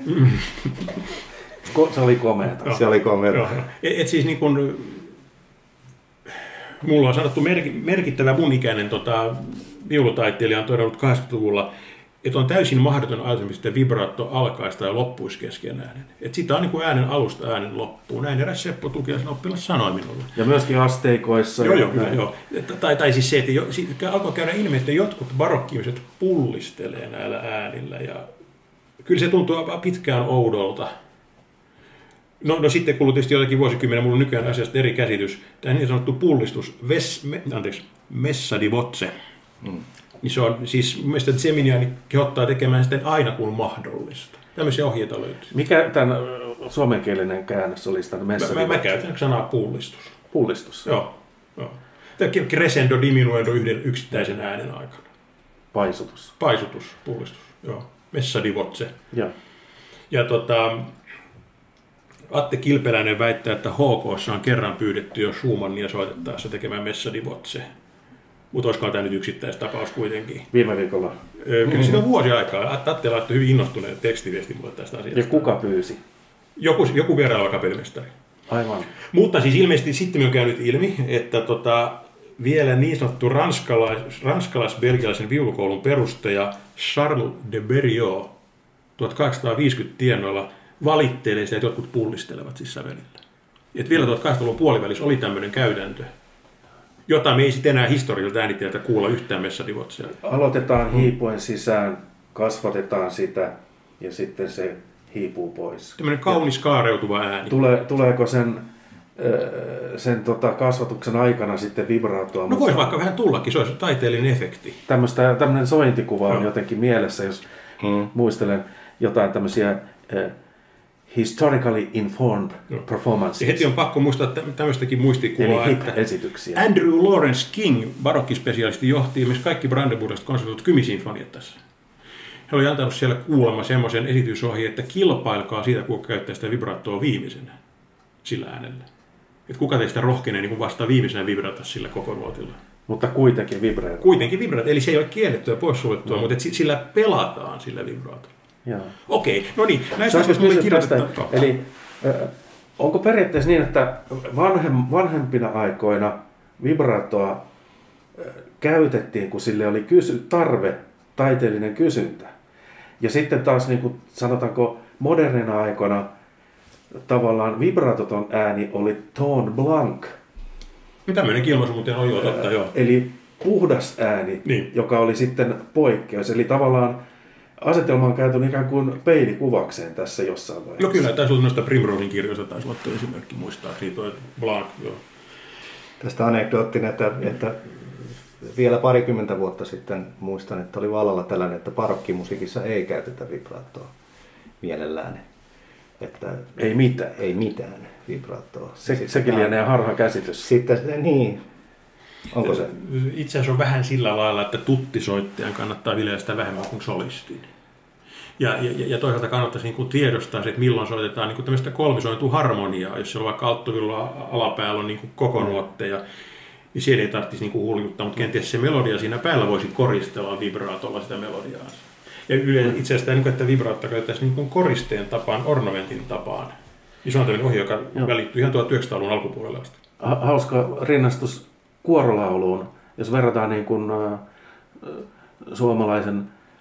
Se oli komeata. Se oli komeata. Et siis niin kuin... Mulla on sanottu merkittävä mun ikäinen viulutaiteilija on todennut 80-luvulla, että on täysin mahdoton ajatus, että vibraatto alkaisi tai loppuisi kesken äänen. Että sitä on niin kuin äänen alusta äänen loppuun. Näin eräs Seppo Tukiaisen oppilas sanoi minulle. Ja myöskin asteikoissa. Joo. Tai siis se, että alkoi käydä ilmi, että jotkut barokki-ihmiset pullistelee näillä äänillä. Ja kyllä se tuntuu pitkään oudolta. No sitten kului tietysti jotakin vuosikymmenen, mulla on nykyään asiasta eri käsitys. Tämä niin sanottu pullistus, messa di voce. Niin se on siis, mielestäni Zeminiani kehottaa tekemään sitten aina kun mahdollista. Tämmöisiä ohjeita löytyy. Mikä tämän suomenkielinen käännös olisi tämän messa di voce? Mä käytän sanaa pullistus. Pullistus? Joo. Tämä crescendo diminuendo yhden yksittäisen äänen aikana. Paisutus, pullistus, joo. Messa di voce. Joo. Ja Atte Kilpeläinen väittää, että HK:ssa on kerran pyydetty jo Schumannia soitettaessa tekemään Messa di voce. Mutta olisikohan tämä nyt yksittäistapaus kuitenkin? Viime viikolla. Kyllä siitä on vuosi aikaa. Atte laittoi hyvin innostuneen tekstiviestin mulle tästä asiasta. Ja kuka pyysi? Joku vieraileva kapellimestari. Aivan. Mutta siis ilmeisesti sitten on käynyt ilmi, että vielä niin sanottu ranskalais-belgialaisen viulukoulun perustaja Charles de Berriot 1850 tienoilla valittelee sitä, että jotkut pullistelevat siis sävelillä. Että vielä 1800-luvun puolivälissä oli tämmöinen käytäntö, jota me ei sitten enää historialta äänitieltä kuulla yhtään Messa di vocea. Aloitetaan hiipuen sisään, kasvatetaan sitä ja sitten se hiipuu pois. Tämmöinen kaunis kaareutuva ääni. Tuleeko sen kasvatuksen aikana sitten vibraattoa? No voisi vaikka vähän tullakin, se olisi taiteellinen efekti. Tämmöinen sointikuva on jotenkin mielessä, jos muistelen jotain tämmöisiä historically informed performances. Ja heti on pakko muistaa tämmöistäkin muistikuvaa, että esityksiä. Andrew Lawrence King, barokkispesialisti, johti esimerkiksi kaikki Brandenburgista konsertoidut kymisinfoniat tässä. He oli antanut siellä kuulemma semmoisen esitysohjeen, että kilpailkaa siitä, kuka käyttää sitä vibraattoa viimeisenä sillä äänellä. Että kuka teistä rohkenee niin vasta viimeisenä vibrata sillä koko nuotilla. Mutta kuitenkin vibraattoa. Kuitenkin vibraattoa, eli se ei ole kiellettyä poissuljettua, mutta sillä pelataan sillä vibraatolla. Joo. Okei, no niin. Näistä Saanko asioista me kysyä tästä? kirjoitetaan. Eli onko periaatteessa niin, että vanhempina aikoina vibraattoa käytettiin, kun sille oli tarve, taiteellinen kysyntä. Ja sitten taas niin kuin sanotaanko modernina aikoina tavallaan vibraatoton ääni oli tone blanc. Tämmöinen ilmaisu muuten on jo totta, joo. Eli puhdas ääni, Niin. joka oli sitten poikkeus. Eli tavallaan asetelma on käyty ikään kuin peilikuvakseen tässä jossain vaiheessa. No kyllä, taisi olla noista Primrosen kirjoista, taisi olla esimerkki muistaakseni, toi Blanc, joo. Tästä anekdoottinen, että vielä parikymmentä vuotta sitten muistan, että oli vallalla tällainen, että barokkimusiikissa ei käytetä vibraattoa mielellään. Että Ei mitään. ei mitään vibraattoa. Sekin lienee harha käsitys. Sitten, niin. Onko se? Itse asiassa on vähän sillä lailla, että tuttisoittajan kannattaa viljellä vähemmän kuin solistin. Ja toisaalta kannattaisi niin kuin tiedostaa se, että milloin soitetaan niin kuin tämmöistä kolmisointua harmoniaa. Jos siellä vaikka alttovilloa alapäällä on niin kuin koko nuotteja, niin siellä ei tarvitsisi niin kuin huljuttaa, mutta kenties se melodia siinä päällä voisi koristella vibraatolla sitä melodiaa. Ja itse asiassa että vibraatto käytettäisiin niin kuin koristeen tapaan, ornamentin tapaan. Ja se on tämmöinen ohje, joka välittyy ihan 1900-luvun alkupuolella asti. Hauska rinnastus kuorolauluun, jos verrataan niin kuin suomalaisen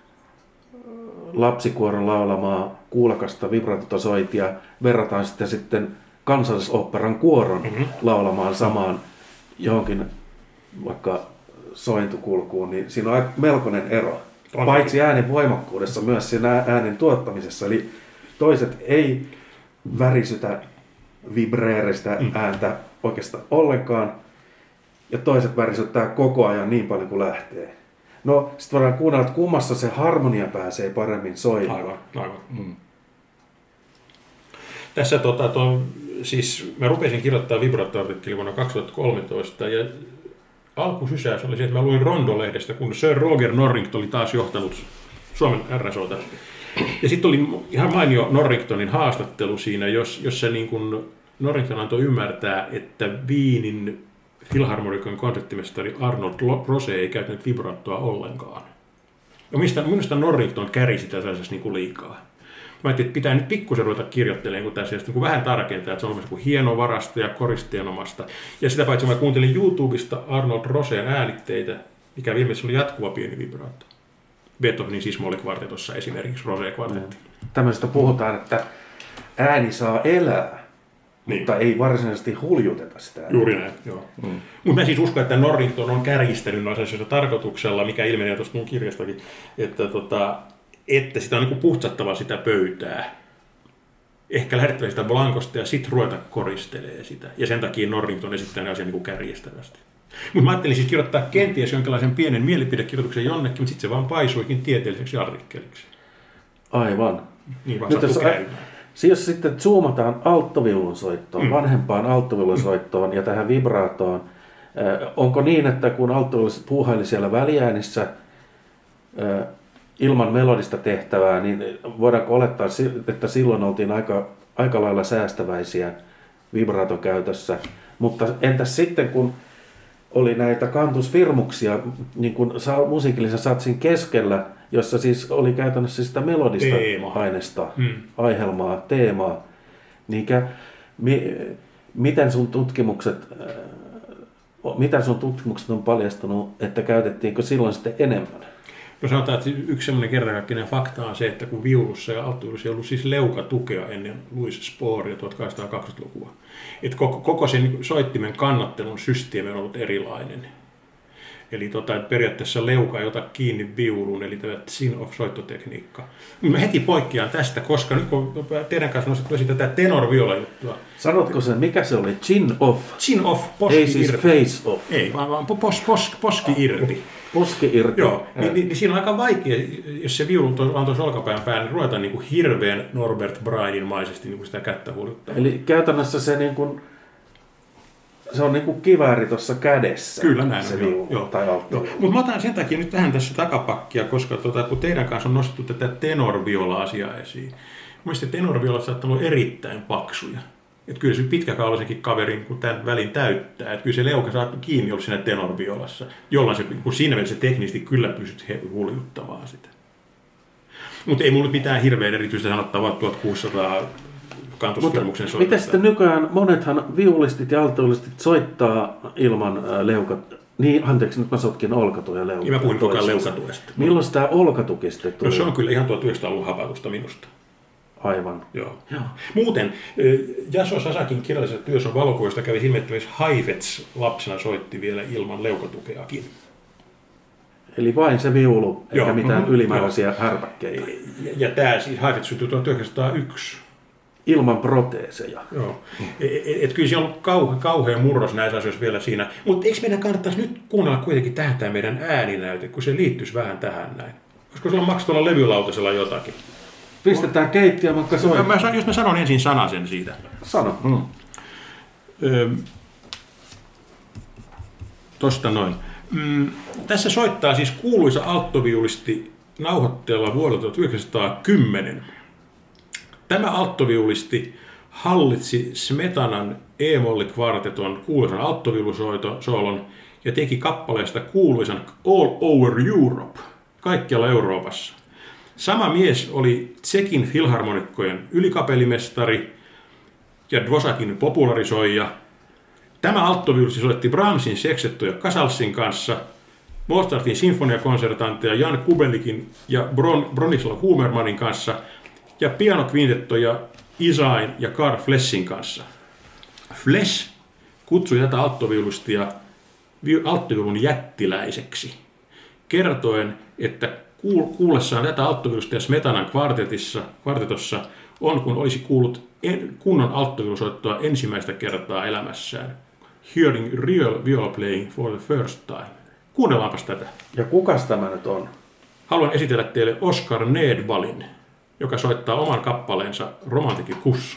lapsikuoron laulamaa kuulokasta vibraattosoitia, verrataan sitten Kansallisoopperan kuoron laulamaan samaan johonkin vaikka sointukulkuun, niin siinä on melkoinen ero. Paitsi äänen voimakkuudessa, myös siinä äänen tuottamisessa. Eli toiset ei värisytä vibreeristä ääntä oikeastaan ollenkaan, ja toiset värisyttää koko ajan niin paljon kuin lähtee. No, sitten voidaan kuunnella, että kummassa se harmonia pääsee paremmin soimaan. Aivan. Tässä siis mä rupesin kirjoittaa vibraattoartikkeli vuonna 2013 ja alkusysäys oli se, että mä luin Rondo-lehdestä, kun Sir Roger Norrington oli taas johtanut Suomen RSOta. Ja sitten oli ihan mainio Norringtonin haastattelu siinä, jossa niin kun Norrington antoi ymmärtää, että Wienin Filharmonikon konserttimestari Arnold Rose ei käyttänyt vibraattoa ollenkaan. Ja minusta Norrington kärisi tässä asiassa niin kuin liikaa. Mä ajattelin, että pitää nyt pikkusen ruveta kirjoittelemaan tässä niin kuin vähän tarkentaa, että se on olemassa kuin hieno varasto ja koristeenomasta. Ja sitä paitsi mä kuuntelin YouTubesta Arnold Roseen äänitteitä, mikä ilmeisesti oli jatkuva pieni vibraatto. Beethovenin sismoolikvartetossa esimerkiksi Rose-kvartetti. Tämmöistä puhutaan, että ääni saa elää. Niin. Mutta ei varsinaisesti huljuteta sitä. Juuri näin, joo. Mutta mä siis uskon, että Norrington on kärjistänyt noissa tarkoituksella, mikä ilmenee tuosta mun kirjastakin, että sitä on niin kuin puhtsattava sitä pöytää. Ehkä lähdettävä sitä blankosta ja sitten ruveta koristelee sitä. Ja sen takia Norrington esittää ne asian niin kuin kärjistävästi. Mutta mä ajattelin siis kirjoittaa kenties jonkinlaisen pienen mielipidekirjoituksen jonnekin, mutta sitten se vaan paisuikin tieteelliseksi artikkeliksi. Aivan. Niin vaan Nyt sattuu käymään. jos sitten zoomataan alttoviulun soittoon, vanhempaan alttoviulun soittoon ja tähän vibraatoon, onko niin, että kun alttoviulu puuhaili siellä väliäänissä ilman melodista tehtävää, niin voidaanko olettaa, että silloin oltiin aika lailla säästäväisiä vibraaton käytössä. Mutta entäs sitten, kun oli näitä kantusfirmuksia niin kuin musiikillisen satsin keskellä, jossa siis oli käytännössä sitä melodista aineesta, aihelmaa, teemaa. Niinkä, miten sun tutkimukset on paljastanut, että käytettiinkö silloin sitten enemmän? No sanotaan, että yksi semmoinen kertakaikkinen fakta on se, että kun viulussa ja alttoviulussa ei ollut siis leukatukea ennen Louis Sporea 1820-lukua. Että koko sen soittimen kannattelun systeemi on ollut erilainen. Eli että periaatteessa leuka ei ota kiinni viuluun, eli tämä chin-off-soittotekniikka. Mä heti poikkean tästä, koska nyt kun teidän kanssa nostettu esiin tätä tenor-viola-juttua. Sanotko sen, mikä se oli? Chin-off? Chin-off, poski ei siis irti. face-off. Ei, vaan poski irti. Poski irti. Joo, niin siinä on aika vaikea, jos se viulu on tuossa olkapään päällä, niin ruvetaan niin kuin hirveän Norbert Brainin maisesti niin kuin sitä kättä huolittaa. Eli käytännössä se niin kuin, se on niin kuin kivääri tuossa kädessä. Kyllä näin se on, viulu, joo. tai alttoviulu. Mutta mä otan sen takia nyt vähän tässä takapakkia, koska kun teidän kanssa on nostettu tätä tenorviola-asiaa esiin. Mielestäni tenorviolat saattaa olla erittäin paksuja. Että kyllä se pitkäkaulaisenkin kaverin, kun tämän välin täyttää, että kyllä se leuka saattaa kiinni olla siinä tenorviolassa, jolloin se, kun siinä mielessä teknisesti kyllä pystyt huljuttamaan sitä. Mutta ei mulla mitään hirveän erityistä sanottavaa 1600 kantuskirmuksen soitosta. Miten sitten nykyään monethan viulistit ja altoilistit soittaa ilman leukat? Niin, anteeksi, nyt mä sotkin olkatu ja leuka. Mä puhun koko ajan leukatuesta. Milloin tämä olkatuki sitten tuli? No se on kyllä ihan 1900-luvun hapatusta minusta. Aivan. Joo. Muuten Yaso Sasakin kirjallisessa työssä on valokuvista kävi ilmeisesti Heifetz lapsena soitti vielä ilman leukatukeakin. Eli vain se viulu, eikä mitään ylimääräisiä härpäkkeitä. Ja tämä siis Heifetz syntyi 1901. Ilman proteeseja. Joo. Kyllä siellä on ollut kauhea murros näissä asioissa vielä siinä. Mutta eikö meidän kannattaisi nyt kuunnella kuitenkin tämä meidän ääninäyte, kun se liittyisi vähän tähän näin? Olisiko sulla maksaa tuolla levylautasella jotakin? Pistetään keittiömakka soittaa. Jos mä sanon ensin sanasen siitä. Sano. Tosta noin. Tässä soittaa siis kuuluisa alttoviulisti nauhoitteella vuodelta 1910. Tämä alttoviulisti hallitsi Smetanan E-molli-kvarteton kuuluisan alttoviulusoolon ja teki kappaleesta kuuluisan All Over Europe, kaikkialla Euroopassa. Sama mies oli Tsekin filharmonikkojen ylikapellimestari ja Dvořákin popularisoija. Tämä alttoviulisti soitti Brahmsin Sextetto ja Casalsin kanssa, Mozartin sinfoniakonsertanteja Jan Kubelikin ja Bronislaw Humermanin kanssa ja pianokvintettoja Isain ja Karl Flessin kanssa. Flesch kutsui tätä alttoviulistia alttoviulun jättiläiseksi, kertoen, että kuullessaan tätä alttoviulistia Smetanan kvartetossa on, kun olisi kuullut kunnon alttoviulusoittoa ensimmäistä kertaa elämässään. Hearing real viola playing for the first time. Kuunnellaanpas tätä. Ja kukas tämä nyt on? Haluan esitellä teille Oskar Nedvalin, joka soittaa oman kappaleensa Romantikin Kuss.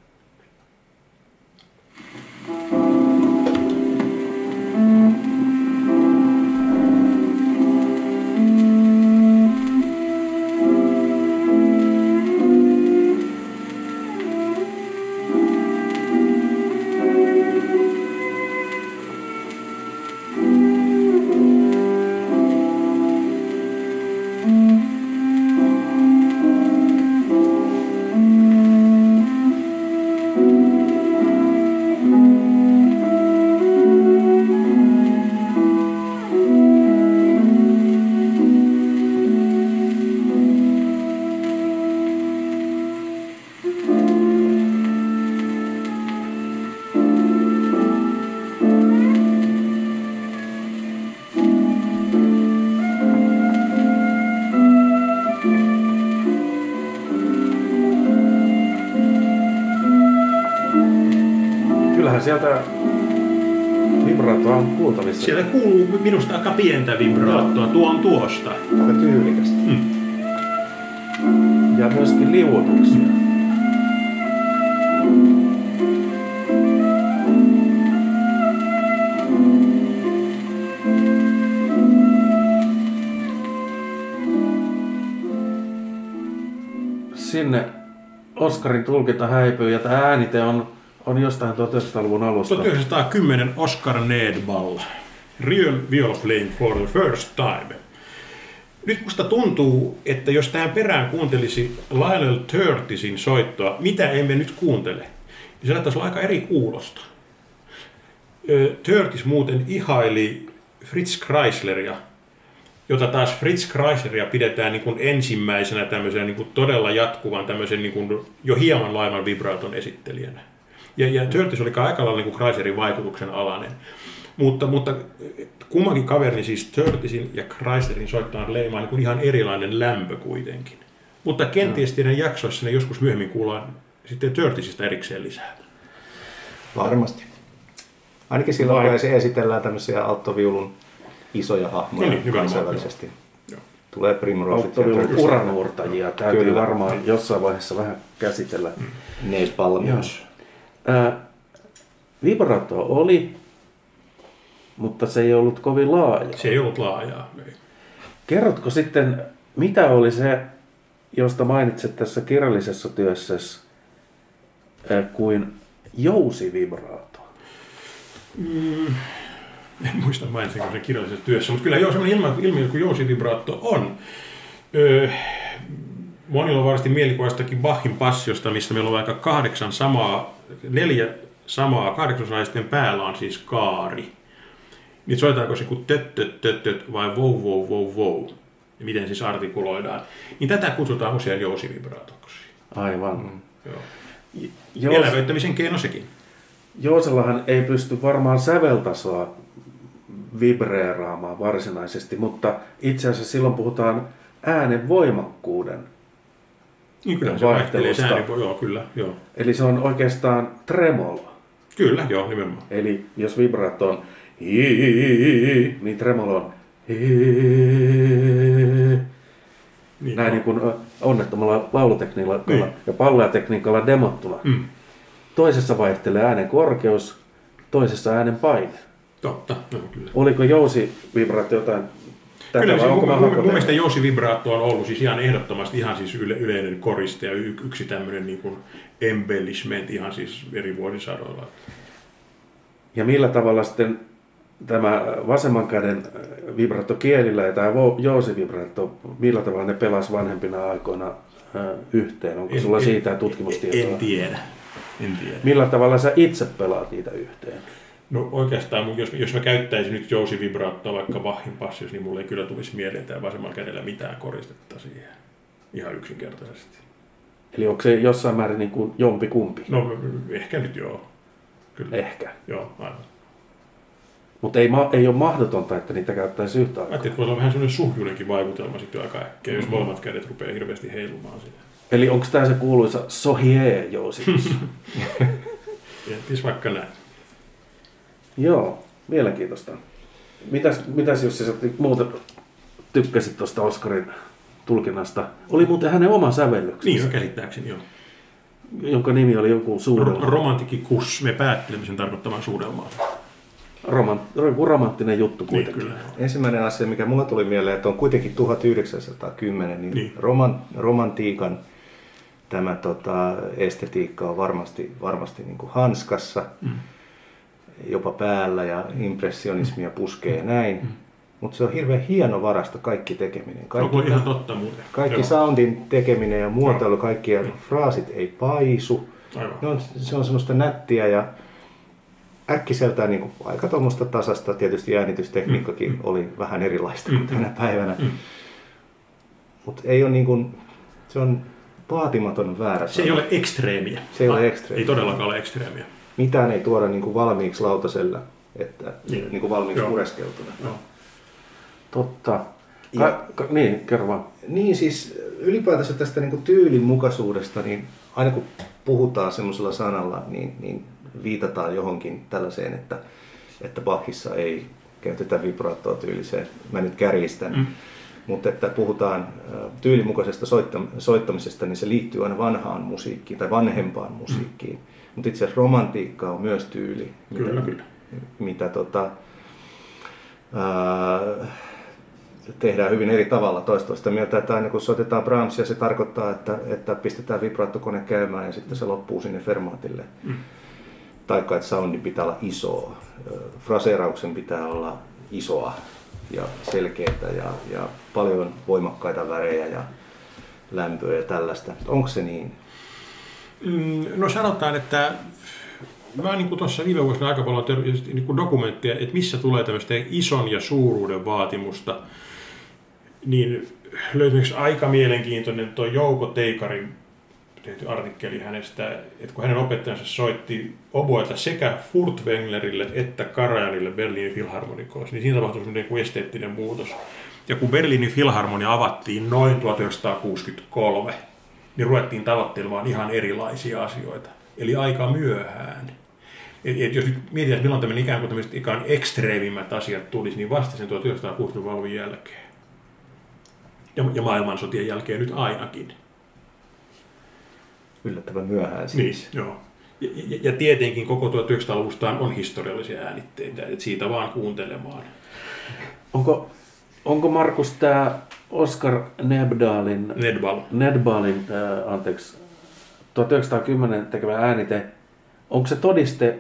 Sieltä vibraattoa on kuultavissa. Sieltä kuuluu minusta aika pientä vibraattoa, tuo on tuosta. Aika tyylikästä. Ja myöskin liuotuksia. Sinne Oskarin tulkinta häipyy ja tämä äänite on jostain 1900-luvun alusta. 1910 Oskar Nedval. Real viola playing for the first time. Nyt musta tuntuu, että jos tähän perään kuuntelisi Lionel Curtisin soittoa, mitä emme nyt kuuntele, niin se saattaisi olla aika eri kuulosta. Curtis muuten ihaili Fritz Kreisleria, jota taas Fritz Kreisleria pidetään niin kuin ensimmäisenä tämmöisen niin kuin todella jatkuvan tämmöisen niin kuin jo hieman laajemman vibraaton esittelijänä. Ja Curtis oli aika lailla niin Kreislerin vaikutuksen alainen. Mutta kummankin kaverin, siis Curtisin ja Kreislerin soittaan leimaa niin kuin ihan erilainen lämpö kuitenkin. Mutta kenties teidän jaksoissa ne joskus myöhemmin kuullaan sitten Curtisista erikseen lisää. Varmasti. Ainakin silloin, kun se esitellään tämmöisiä alttoviulun isoja hahmoja kansainvälisesti. Tulee Primrose. Alttoviulun uranuurtajia täytyy kyllä varmaan jossain vaiheessa vähän käsitellä. Neis Palmius. Vibraattoa oli, mutta se ei ollut kovin laaja. Se ei ollut laajaa. Ei. Kerrotko sitten, mitä oli se, josta mainitset tässä kirjallisessa työssäsi, kuin jousivibraato? En muista mainitsinko sen kirjallisessa työssä, mutta kyllä sellainen ilmiö kuin jousivibraatto on. monilla on varmasti mielikuvastakin Bachin passiosta, missä meillä on vaikka 4 samaa kahdeksasosaisten päällä on siis kaari. Niin soitaanko se kuin töt vai vou. Ja miten siis artikuloidaan. Niin tätä kutsutaan usein jousivibraatoksi. Aivan. Joo. Elävöittämisen keino sekin. Jousellahan ei pysty varmaan säveltasoa vibreeraamaan varsinaisesti, mutta itse asiassa silloin puhutaan äänen voimakkuuden niin kyllä se vaihtelee se ääni, joo, kyllä, joo. Eli se on oikeastaan tremolo. Kyllä, joo, nimenomaan. Eli jos vibraatto on niin tremolo on niin, näin niin kuin onnettomalla laulutekniikalla ja palleatekniikalla demottuna. Toisessa vaihtelee äänen korkeus, toisessa äänen paine. Totta, joo, kyllä. Oliko jousivibraatto jotain? Kyllä, mun mielestä jousivibraatto on ollut siis ihan ehdottomasti ihan siis yleinen koriste ja yksi tämmöinen niin kuin embellishment ihan siis eri vuosisadoilla. Ja millä tavalla sitten tämä vasemman käden vibraatto kielillä ja tämä jousivibraatto, millä tavalla ne pelasi vanhempina aikoina yhteen? Onko sulla siitä tutkimustietoa? En tiedä. Millä tavalla sä itse pelaat niitä yhteen? No oikeastaan, jos mä käyttäisin nyt jousivibraattoa vaikka Bachin passiossa, niin mulle ei kyllä tulisi mieleen tämä vasemmalla kädellä mitään koristetta siihen. Ihan yksinkertaisesti. Eli onko se jossain määrin niin kuin jompikumpi? No ehkä nyt joo. Kyllä. Ehkä. Joo, aivan. Mutta ei ole mahdotonta, että niitä käyttäisi yhtä aikaa. Ajattelin, että voisi olla vähän sellainen suhjuinenkin vaikutelma sitten aika äkkiä, jos molemmat kädet rupeaa hirveästi heilumaan siihen. Eli onko tämä se kuuluisa sohie-jousitus? Entis vaikka näin. Joo, mielenkiintoista. Mitäs Jussi, sä muuten tykkäsit tuosta Oskarin tulkinnasta? Oli muuten hänen oma sävellyksensä. Niin, käsittääkseni joo. Jonka nimi oli joku suudelma. Romantikikus, me päättelemme sen tarkoittamaan suudelmaa. Joku romanttinen juttu kuitenkin. Niin, kyllä. Ensimmäinen asia, mikä mulla tuli mieleen, että on kuitenkin 1910, niin. Romantiikan tämä estetiikka on varmasti niin kuin hanskassa, jopa päällä ja impressionismia puskee näin. Mutta se on hirveän hienovaraista kaikki tekeminen. Kaikki, ihan totta muuten. Kaikki soundin tekeminen ja muotoilu, kaikki fraasit ei paisu. Se on semmoista nättiä ja äkkiseltään niin kuin aika tuommoista tasasta. Tietysti äänitystekniikkakin oli vähän erilaista kuin tänä päivänä. Mutta ei ole niin kuin, se on vaatimaton väärä. Se ei ole ekstreemiä. Se ei ole ekstreemiä. Ei todellakaan ole ekstreemiä. Mitään ei tuoda niin kuin valmiiksi lautasella, että niin kuin valmiiksi pureskeltuna. Totta. Niin, kerro vaan. Niin siis ylipäätänsä tästä niin kuin tyylin-mukaisuudesta, niin aina kun puhutaan semmoisella sanalla, niin viitataan johonkin tällaiseen, että Bachissa ei käytetä vibraattoa tyyliseen. Mä nyt kärjistän. Mutta että puhutaan tyylimukaisesta soittamisesta, niin se liittyy aina vanhaan musiikkiin tai vanhempaan musiikkiin. Mutta itse asiassa romantiikka on myös tyyli, mitä tehdään hyvin eri tavalla toista mieltä, että aina kun soitetaan Brahmsia, se tarkoittaa, että pistetään vibraattokone käymään ja sitten se loppuu sinne fermaatille. Taikka, että soundin pitää olla isoa, fraseerauksen pitää olla isoa ja selkeää ja paljon voimakkaita värejä ja lämpöä ja tällaista. Onko se niin? No sanotaan, että mä niin kuin tuossa viime vuosina aika paljon niin dokumentteja, että missä tulee tämmöistä ison ja suuruuden vaatimusta, niin löytyy aika mielenkiintoinen tuo Jouko Teikarin tehty artikkeli hänestä, että kun hänen opettajansa soitti oboeta sekä Furtwänglerille että Karajanille Berliinin Philharmonikoissa, niin siinä tapahtui semmoinen kuin esteettinen muutos. Ja kun Berliinin Philharmonia avattiin noin 1963, niin ruvettiin tavoittelemaan ihan erilaisia asioita. Eli aika myöhään. Et jos nyt mietitään, että milloin tämmöinen ikään kuin tämmöiset ekstreemimmät asiat tulisi, niin vasta sen 1960-luvun jälkeen. Ja maailmansotien jälkeen nyt ainakin. Yllättävän myöhään siis. Niin, joo. Ja tietenkin koko 1900-luvustaan on historiallisia äänitteitä, että siitä vaan kuuntelemaan. Onko Markus tämä Oskar Nedbalin 1910 tekemä äänite, onko se todiste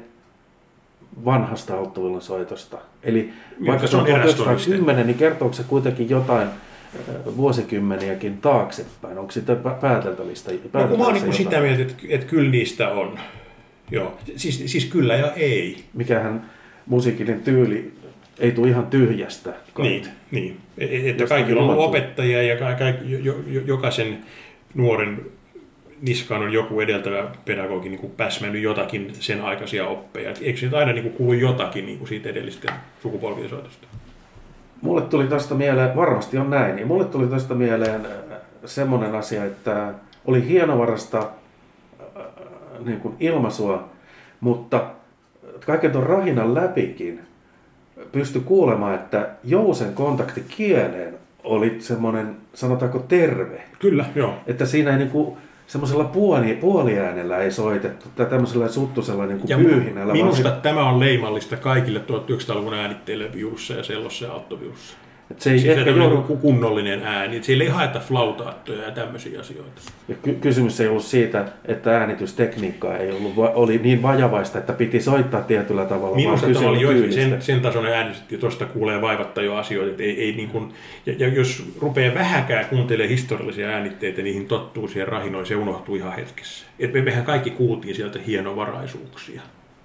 vanhasta alttuvillan soitosta? Eli vaikka se on 1910, niin kertooko se kuitenkin jotain vuosikymmeniäkin taaksepäin? Onko sitä pääteltävistä? No, kun mä oon niin sitä mieltä, että kyllä niistä on. Joo. Siis kyllä ja ei. Mikähän musiikillinen tyyli ei tule ihan tyhjästä. Niin. Että kaikilla on ollut opettajia ja jokaisen nuoren niskaan on joku edeltävä pedagogi niin päsmännyt jotakin sen aikaisia oppeja. Eikö se aina niin kuulu jotakin niin siitä edellisten sukupolvien soitosta? Mulle tuli tästä mieleen, varmasti on näin, ja mulle tuli tästä mieleen semmoinen asia, että oli hienovarasta niin kuin ilmaisua, mutta kaiken tuon rahinan läpikin pystyi kuulemaan, että jousen kontakti kieleen oli semmoinen, sanotaanko, terve. Kyllä, joo. Että siinä ei niinku semmoisella puoliäänellä ei soitettu, tai tämmöisellä suttusella niinku pyyhinällä. Minusta tämä on leimallista kaikille 1900-luvun äänitteille viulussa ja sellossa ja alttoviulussa. Se ei ehkä joudu kunnollinen ääni, että siellä ei haeta flautaattoja ja tämmöisiä asioita. Ja kysymys ei ollut siitä, että äänitystekniikka ei ollut, oli niin vajavaista, että piti soittaa tietyllä tavalla. Minusta tämä oli sen tasoinen ääni, että tuosta kuulee vaivatta jo asioita. Että ei niin kuin, ja jos rupeaa vähäkään kuuntelemaan historiallisia äänitteitä, niihin tottuu siihen rahinoin, se unohtuu ihan hetkessä. Että mehän kaikki kuultiin sieltä hienovaraisuuksia.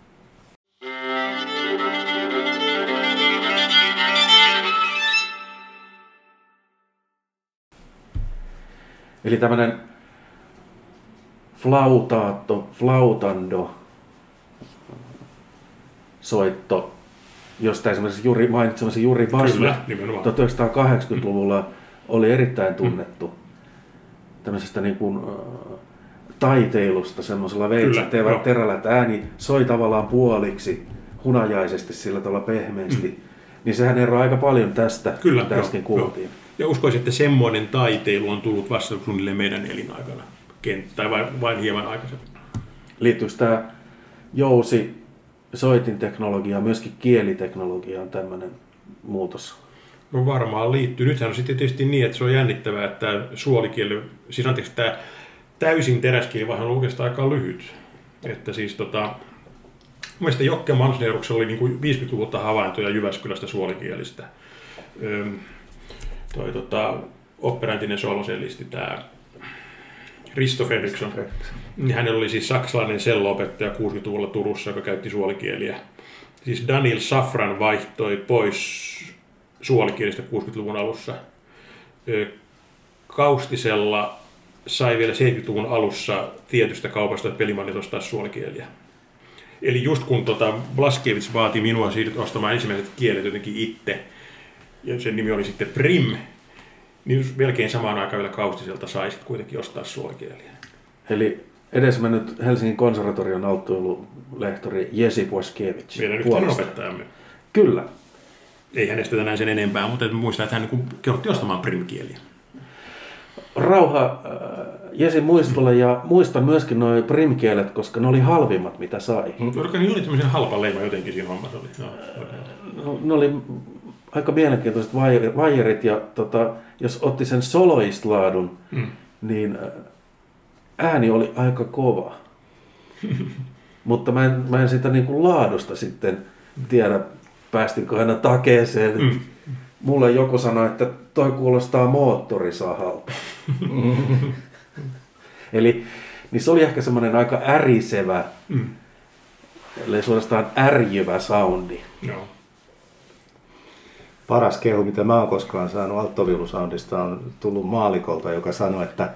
Eli tämmöinen flautando soitto, josta esimerkiksi mainitsemasi Juri Basle 1980-luvulla oli erittäin tunnettu tämmöisestä niin kuin taiteilusta semmoisella veitsäterällä, että ääni soi tavallaan puoliksi hunajaisesti sillä tavalla pehmeästi. Niin sehän eroaa aika paljon tästä, mitä äsken kuultiin. Joo. Ja uskoisin, että semmoinen taiteilu on tullut vasta suunnilleen meidän elinaikana, tai vain hieman aikaisemmin. Liittyykö tämä jousi soitinteknologiaan, myöskin kieliteknologiaan tämmöinen muutos? No varmaan liittyy. Nythän on sitten tietysti niin, että se on jännittävää, että tämä suolikieli, siis anteeksi, tämä täysin teräskielivaihe on oikeastaan aika lyhyt. Että siis mielestäni Jokke Mansneeruksella oli niin kuin 50-luvulta havaintoja Jyväskylästä suolikielistä. Operanttinen solosellisti, tämä Risto Fredriksson. Hänellä oli siis saksalainen selloopettaja 60-luvulla Turussa, joka käytti suolikieliä. Siis Daniel Safran vaihtoi pois suolikielistä 60-luvun alussa. Kaustisella sai vielä 70-luvun alussa tietystä kaupasta pelimannit ostaa suolikieliä. Eli just kun Blaskiewicz vaati minua siitä ostamaan ensimmäiset kielet jotenkin itse, ja sen nimi oli sitten Prim, niin melkein samaan aikaan vielä Kaustiselta sai sitten kuitenkin ostaa suolikieliä. Eli edesmennyt Helsingin konservatorion alttoilulehtori Jesi Blaskiewicz. Meidän yhteinen opettajamme. Kyllä. Ei hänestä tänään sen enempää, mutta muistan, että hän kehotti ostamaan Prim-kieliä. Rauha Jesin muistolle, ja muistan myöskin nuo Prim-kielet, koska ne oli halvimmat, mitä sai. Niillä oli tämmöisen halpa leima jotenkin siinä hommassa. Ne oli aika mielenkiintoiset vaijerit, ja jos otti sen soloist-laadun, niin ääni oli aika kova. Mutta mä en sitä niin kuin laadusta sitten tiedä, päästinkö aina takeeseen. Mulle joku sanoi, että toi kuulostaa moottorisahalta. Eli niin se oli ehkä semmoinen aika ärisevä, eli suorastaan ärjyvä soundi. Joo. Paras kehu, mitä mä oon koskaan saanut alttoviulusoundista, on tullut maalikolta, joka sanoi, että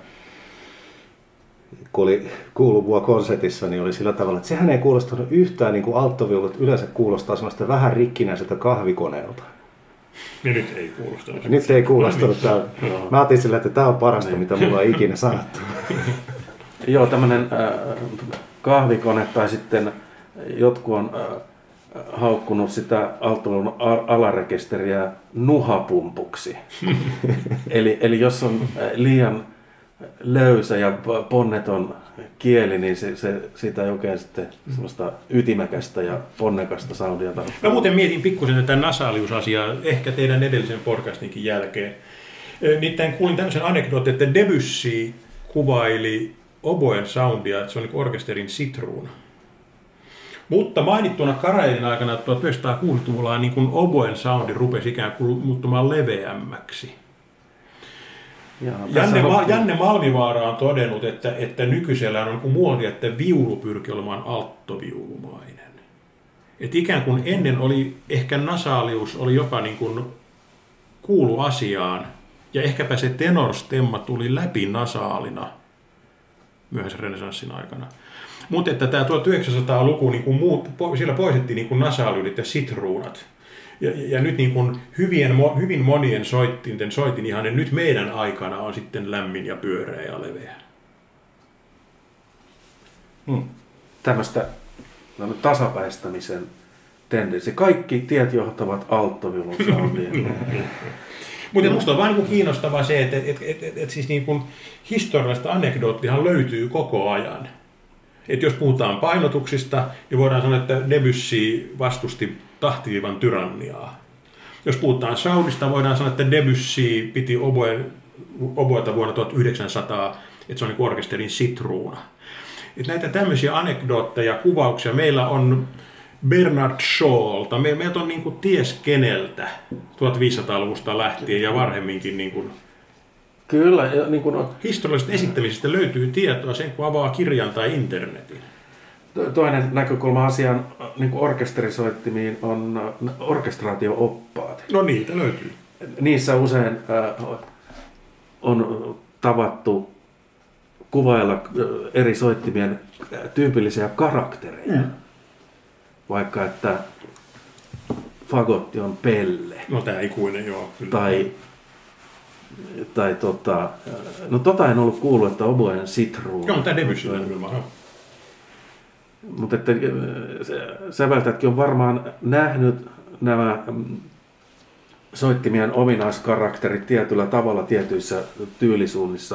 kun oli kuuluvua konsertissa, niin oli sillä tavalla, että sehän ei kuulostanut yhtään niin kuin alttoviulut yleensä kuulostaa semmoista vähän rikkinäiseltä kahvikoneelta. Ja nyt ei kuulostanut. Nyt ei kuulostanut. Mä otin sillä, että tämä on parasta, mitä mulla on ikinä sanottu. Joo, tämmöinen kahvikone tai sitten jotkut on haukkunut sitä alttoilun alarekisteriä nuhapumpuksi. eli jos on liian löysä ja ponneton kieli, niin siitä ei oikein sitten semmoista ytimekästä ja ponnekasta soundia tarvitse. Mä muuten mietin pikkusen tätä nasaaliusasiaa ehkä teidän edellisen podcastinkin jälkeen. Nimittäin kuulin tämmöisen anekdootin, että Debussy kuvaili oboen soundia, että se on niin orkesterin sitruuna. Mutta mainittuna Karajanin aikana 1960-luvulla niin oboen soundi rupesi ikään kuin muuttumaan leveämmäksi. Janne Malmivaara on todennut, että nykyisellään on kuin muotia, että viulu pyrkii olemaan alttoviulumainen. Että ikään kuin ennen oli ehkä nasaalius oli jopa niin kuin kuulu asiaan, ja ehkäpä se tenorstemma tuli läpi nasaalina myöhäisen renessanssin aikana. Mutta että tämä 1900-luku, niin kuin siellä poistettiin niin kuin nasaaliudit ja sitruunat. Ja nyt niin kuin hyvin monien soitin ihan, että nyt meidän aikana on sitten lämmin ja pyöreä ja leveä. Tämmöistä tasapäistämisen tendenssi. Kaikki tiet johtavat alttoviulun soundiin. Mutta minusta on vain niin kiinnostavaa se, että siis niin kuin historiallista anekdoottihan löytyy koko ajan. Että jos puhutaan painotuksista, niin voidaan sanoa, että Debussy vastusti tahtiviivan tyranniaa. Jos puhutaan soundista, voidaan sanoa, että Debussy piti oboeta vuonna 1900, että se on niin orkesterin sitruuna. Että näitä tämmöisiä anekdootteja, kuvauksia meillä on Bernard Shawlta, meiltä on niin kuin ties keneltä 1500-luvusta lähtien ja varhemminkin niin kuin kyllä, niin kuin historiallisesta esittämisestä löytyy tietoa sen, kun avaa kirjan tai internetin. Toinen näkökulma asiaan niin kuin orkesterisoittimiin on orkestraatio-oppaat. No niitä löytyy. Niissä usein on tavattu kuvailla eri soittimien tyypillisiä karaktereja. Vaikka että fagotti on Pelle. No tää ikuinen, joo. Kyllä. Tai en ollut kuullut, että oboen sitruuna. Joo, tämä Debussy nimenomaan. Mutta että säveltäjätkin on varmaan nähnyt nämä soittimien ominaiskarakterit tietyllä tavalla tietyissä tyylisuunnissa.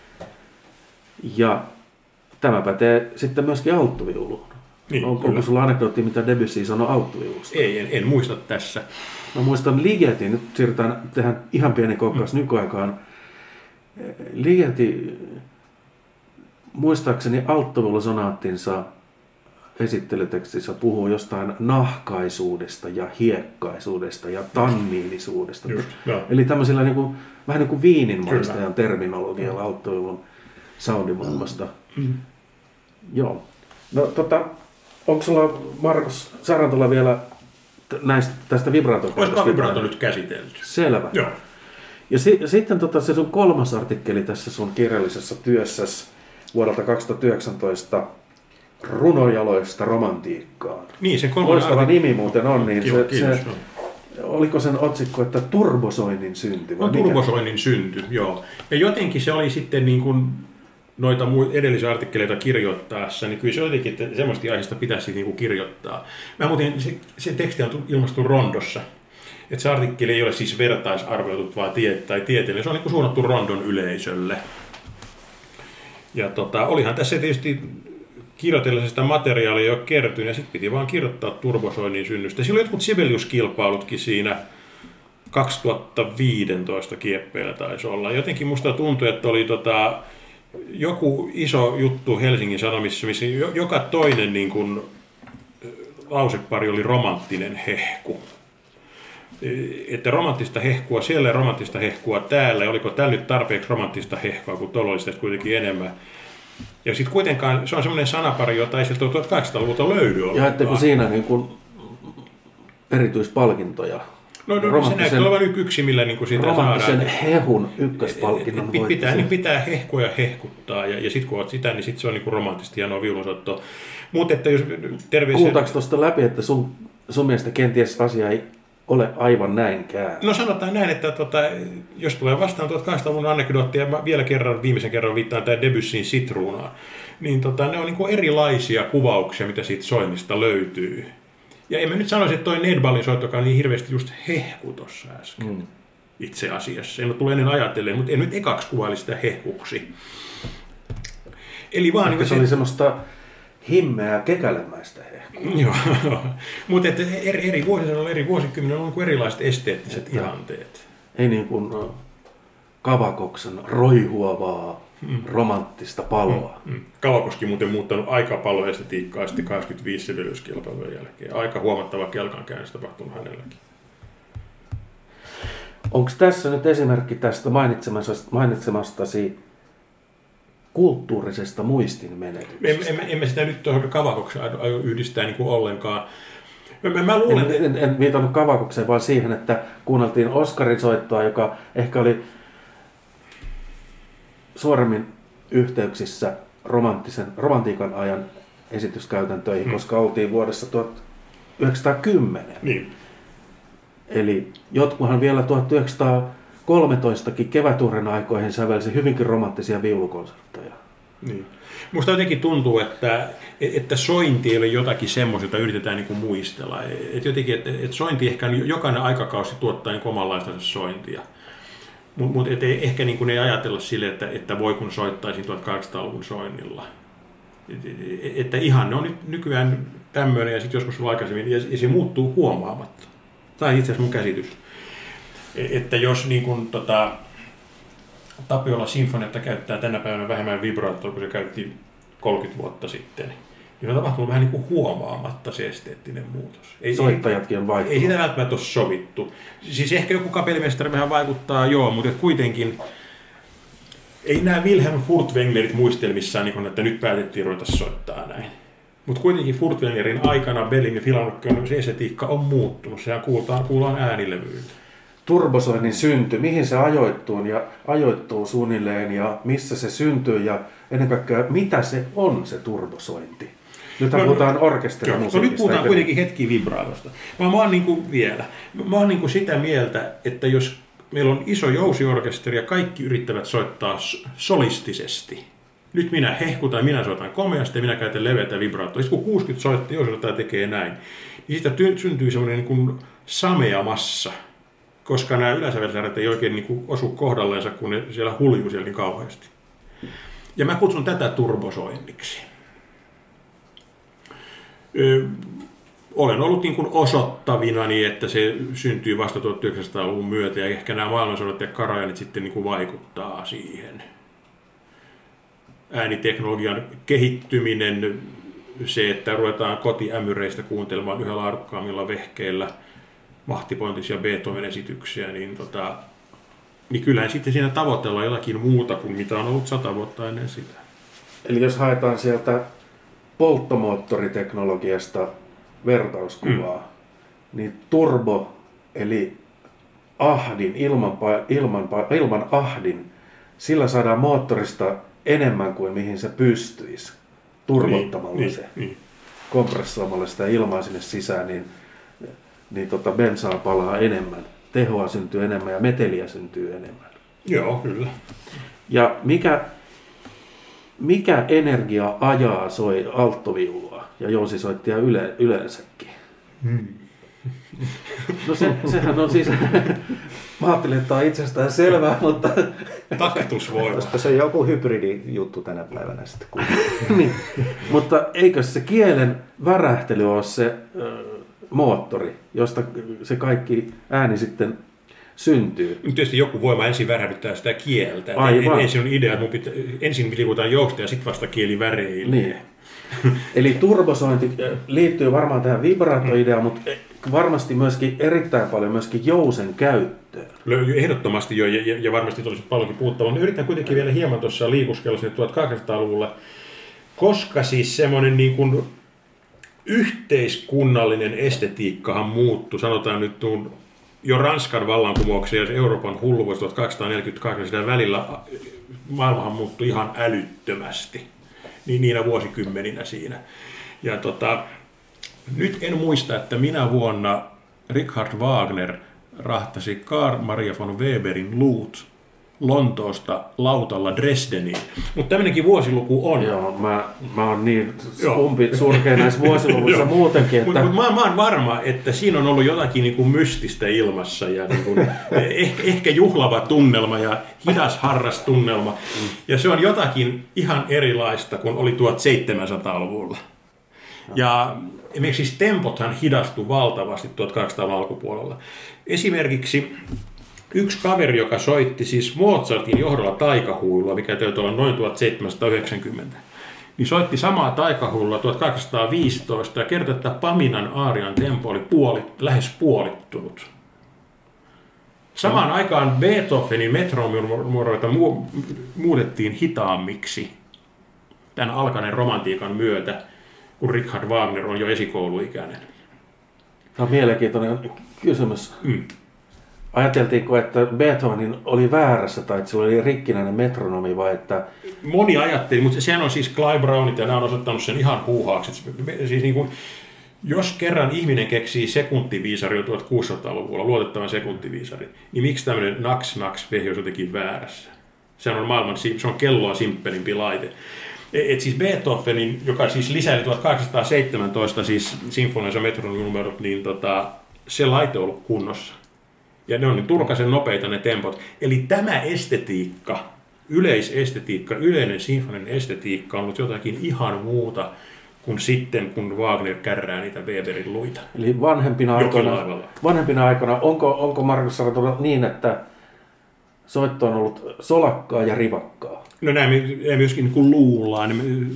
Ja tämä pätee sitten myöskin alttoviuluun. Niin, onko sulla anekdootti, mitä Debussy sanoi alttoviulusta? En muista tässä. Mä muistan Ligetin, nyt siirrytään tehdään ihan pieni kokkaus nykyaikaan. Ligeti muistaakseni alttoviulusonaattinsa esittelytekstissä puhuu jostain nahkaisuudesta ja hiekkaisuudesta ja tanniinisuudesta. Just, no. Eli tämmöisillä niin kuin, vähän niin kuin viininmaistajan terminologialla alttoviulun soundimaailmasta. Joo. No onko sulla, Markus Sarantola, vielä tästä vibraatokäytöstä? Olisiko vibraato nyt käsitelty? Selvä. Joo. Ja sitten se sun kolmas artikkeli tässä sun kirjallisessa työssäsi vuodelta 2019, Runojaloista romantiikkaan. Niin, se loistava nimi muuten on. Niin kiitos. Oliko sen otsikko, että turbosoinnin synty? No, turbosoinnin synty, joo. Ja jotenkin se oli sitten niin kuin noita edellisiä artikkeleita kirjoittaessa, niin kyllä se jotenkin, että semmoista aiheesta pitäisi niin kuin kirjoittaa. Mä muuten, se teksti on ilmastunut Rondossa. Että se artikkeli ei ole siis vertaisarvioitu, vaan tieteellinen. Se on niin kuin suunnattu Rondon yleisölle. Ja olihan tässä tietysti kirjoitellessa sitä materiaalia jo kertynyt, ja sitten piti vaan kirjoittaa turbosoinnin synnystä. Silloin jotkut Sibelius-kilpailutkin siinä 2015 kieppeillä taisi olla. Jotenkin musta tuntui, että oli joku iso juttu Helsingin Sanomissa, missä joka toinen niin kuin lausepari oli romanttinen hehku. Että romanttista hehkua siellä ja romanttista hehkua täällä, ja oliko täällä nyt tarpeeksi romanttista hehkua, kun tuolla olisi kuitenkin enemmän. Ja sitten kuitenkaan se on semmoinen sanapari, jota ei sieltä 1800-luvulta löydy ollenkaan. Ja etteikö siinä niin kuin erityispalkintoja? No se näyttää olevan yksi, millä niin kuin sitä saadaan. Romanttisen hehun ykköspalkinnon pitää hehkua ja hehkuttaa, ja sitten kun olet sitä, niin sit se on niin kuin romanttisesti hienoa viulunsoittoa. Mutta että jos terveisiä... Kuultaanko tuosta läpi, että sun mielestä kenties asia ei ole aivan näinkään? No sanotaan näin, että jos tulee vastaan 1800-luvun anekdoottia, ja mä vielä viimeisen kerran viittaan tämä Debussyin sitruunaan, niin ne on niin kuin erilaisia kuvauksia, mitä siitä soinnista löytyy. Ja en mä nyt sanoisi, että toi Nedballin soittokaan niin hirveästi just hehku tuossa äsken. Itse asiassa. En ole tullut ennen ajatelleen, mutta en nyt ekaksi kuvaili sitä hehkuksi. Eli vaan niin se oli semmoista himmeää kekälemäistä hehkua. Joo, mutta eri vuosina, eri vuosikymmenillä on erilaiset esteettiset ihanteet. Ei niin kuin Kavakoksen roihuavaa romanttista paloa. Kavakoski muuten muuttanut aika paljon estetiikkaa sitten 25 Sibelius-kilpailujen jälkeen. Aika huomattava kelkankäännös tapahtunut hänelläkin. Onko tässä nyt esimerkki tästä mainitsemastasi kulttuurisesta muistinmenetyksestä? Emme sitä nyt tuohon Kavakokseen aio yhdistää niin kuin ollenkaan. Mä luulen, en viitannut Kavakokseen, vaan siihen, että kuunneltiin Oskarin soittoa, joka ehkä oli suoremmin yhteyksissä romantiikan ajan esityskäytäntöihin, koska oltiin vuodessa 1910. Niin. Eli jotkuhan vielä 1913kin kevätuhren aikoihin sävelsi hyvinkin romanttisia viulukonsertteja. Niin. Musta jotenkin tuntuu, että sointi ei ole jotakin semmoista, jota yritetään niin kuin muistella. Jotenkin, että sointi ehkä jokainen aikakausi tuottaa niin omanlaistansa sointia. Mutta ehkä niin kuin ei ajatella sille, että voi kun soittaisin 1800-luvun soinnilla. Että ihan ne on nyt nykyään tämmöinen ja sitten joskus aikaisemmin ja se muuttuu huomaamatta. Tämä on itse asiassa mun käsitys. Että jos niin kuin, Tapiola Sinfonietta käyttää tänä päivänä vähemmän vibraattoa kuin se käytti 30 vuotta sitten, niin on tapahtunut vähän niin kuin huomaamatta se esteettinen muutos. Soittajatkin on vaihtunut. Ei sitä välttämättä ole sovittu. Siis ehkä joku kapellimestari vähän vaikuttaa, joo, mutta kuitenkin ei nämä Wilhelm Furtwänglerit muistelmissaan, niin että nyt päätettiin ruveta soittaa näin. Mutta kuitenkin Furtwänglerin aikana Berlingin Filharmonian se estetiikka on muuttunut. Sehän kuullaan äänilevyiltä. Turbosoinnin synty, mihin se ajoittuu suunnilleen ja missä se syntyy ja ennen kaikkea mitä se on se turbosointi? Nyt puhutaan orkesterimusiikista. Nyt puhutaan kuitenkin hetki vibraatosta. Mä oon niin sitä mieltä, että jos meillä on iso jousiorkesteri ja kaikki yrittävät soittaa solistisesti. Nyt minä hehkutan, minä soitan komeasti ja minä käytän leveätä vibraattoa. Sitten kun 60 soittajaa tekee näin, niin siitä syntyy semmoinen niin kuin samea massa. Koska nämä yläsävelsääret ei oikein niin kuin osu kohdalleensa, kun ne siellä huljuu siellä niin kauheasti. Ja mä kutsun tätä turbosoinniksi. Olen ollut niin kuin osoittavinani, että se syntyy vasta 1900-luvun myötä, ja ehkä nämä maailmansodat ja Karajanit sitten niin kuin vaikuttaa siihen. Ääniteknologian kehittyminen, se, että ruvetaan kotiämyreistä kuuntelemaan yhä laadukkaammilla vehkeillä, Mahtipointissa ja Beethoven-esityksiä, niin kyllähän sitten siinä tavoitellaan jotakin muuta kuin mitä on ollut 100 vuotta ennen sitä. Eli jos haetaan sieltä polttomoottoriteknologiasta vertauskuvaa, niin turbo, eli ahdin, ilman ahdin, sillä saadaan moottorista enemmän kuin mihin se pystyisi turbottamalla se. Kompressoimalla sitä ilmaa sinne sisään, niin bensaa palaa enemmän, tehoa syntyy enemmän ja meteliä syntyy enemmän. Joo, kyllä. Ja mikä energia ajaa alttoviulua ja jousisoittia yleensäkin? No sehän on siis, mä ajattelin, että tämä on itsestään selvää, mutta taktusvoima. Koska se on joku hybridijuttu tänä päivänä sitten. Niin. Mutta eikö se kielen värähtely ole se moottori, josta se kaikki ääni sitten syntyy? Tietysti joku voima ensin värähdyttää sitä kieltä. Ensin on idea, että ensin liikutaan jousta ja sitten vasta kieli väreilee. Niin. Eli turbosointi liittyy varmaan tähän vibraattoideaan, mutta varmasti myöskin erittäin paljon myöskin jousen käyttöön. Ehdottomasti jo, ja varmasti olisi paljonkin puhuttavaa. Yritän kuitenkin vielä hieman tuossa liikuskella sinne 1800-luvulle, koska siis semmoinen niin kuin yhteiskunnallinen estetiikkahan muuttui, sanotaan nyt jo Ranskan vallankumouksen ja Euroopan hulluvuosi 1248, sitä välillä maailmahan muuttui ihan älyttömästi. Niin niinä vuosikymmeninä siinä. Ja nyt en muista, että minä vuonna Richard Wagner rahtasi Carl Maria von Weberin luut Lontoosta lautalla Dresdeniin. Mutta tämmöinenkin vuosiluku on. Joo, mä oon niin surkea näissä vuosiluvuissa muutenkin. Että Mutta mä oon varma, että siinä on ollut jotakin niin kuin mystistä ilmassa ja niin kuin ehkä juhlava tunnelma ja hidas harras tunnelma. Ja se on jotakin ihan erilaista kuin oli 1700-luvulla. Ja esimerkiksi siis tempothan hidastui valtavasti 1800-luvun alkupuolella. Esimerkiksi yksi kaveri, joka soitti siis Mozartin johdolla taikahuilua, mikä täytyy olla noin 1790, niin soitti samaa taikahuilua 1815 ja kertoi, että Paminan aarian tempo oli lähes puolittunut. Samaan aikaan Beethovenin metronominumeroita muutettiin hitaammiksi tämän alkaneen romantiikan myötä, kun Richard Wagner on jo esikouluikäinen. Tämä on mielenkiintoinen kysymys. Ajateltiinko, että Beethovenin oli väärässä tai että sillä oli rikkinäinen metronomi vai että... Moni ajatteli, mutta sehän on siis Clive Brownit ja nämä on osoittanut sen ihan huuhaaksi. Siis niin kuin, jos kerran ihminen keksii sekuntiviisari jo 1600-luvulla, luotettavan sekuntiviisari, niin miksi tämmöinen naks-naks-vehje on jotenkin väärässä? Se on kelloa simppelimpi laite. Et siis Beethovenin, joka siis lisäili 1817 siis sinfoniansa metronominumerot, niin se laite on ollut kunnossa. Ja ne on niin turkaisen nopeita ne tempot. Eli tämä estetiikka, yleisestetiikka, yleinen sinfoninen estetiikka on ollut jotakin ihan muuta kuin sitten, kun Wagner kärrää niitä Weberin luita. Eli vanhempina aikoina onko Markus Saratola niin, että soitto on ollut solakkaa ja rivakkaa? No näin myöskin niin kuin luullaan.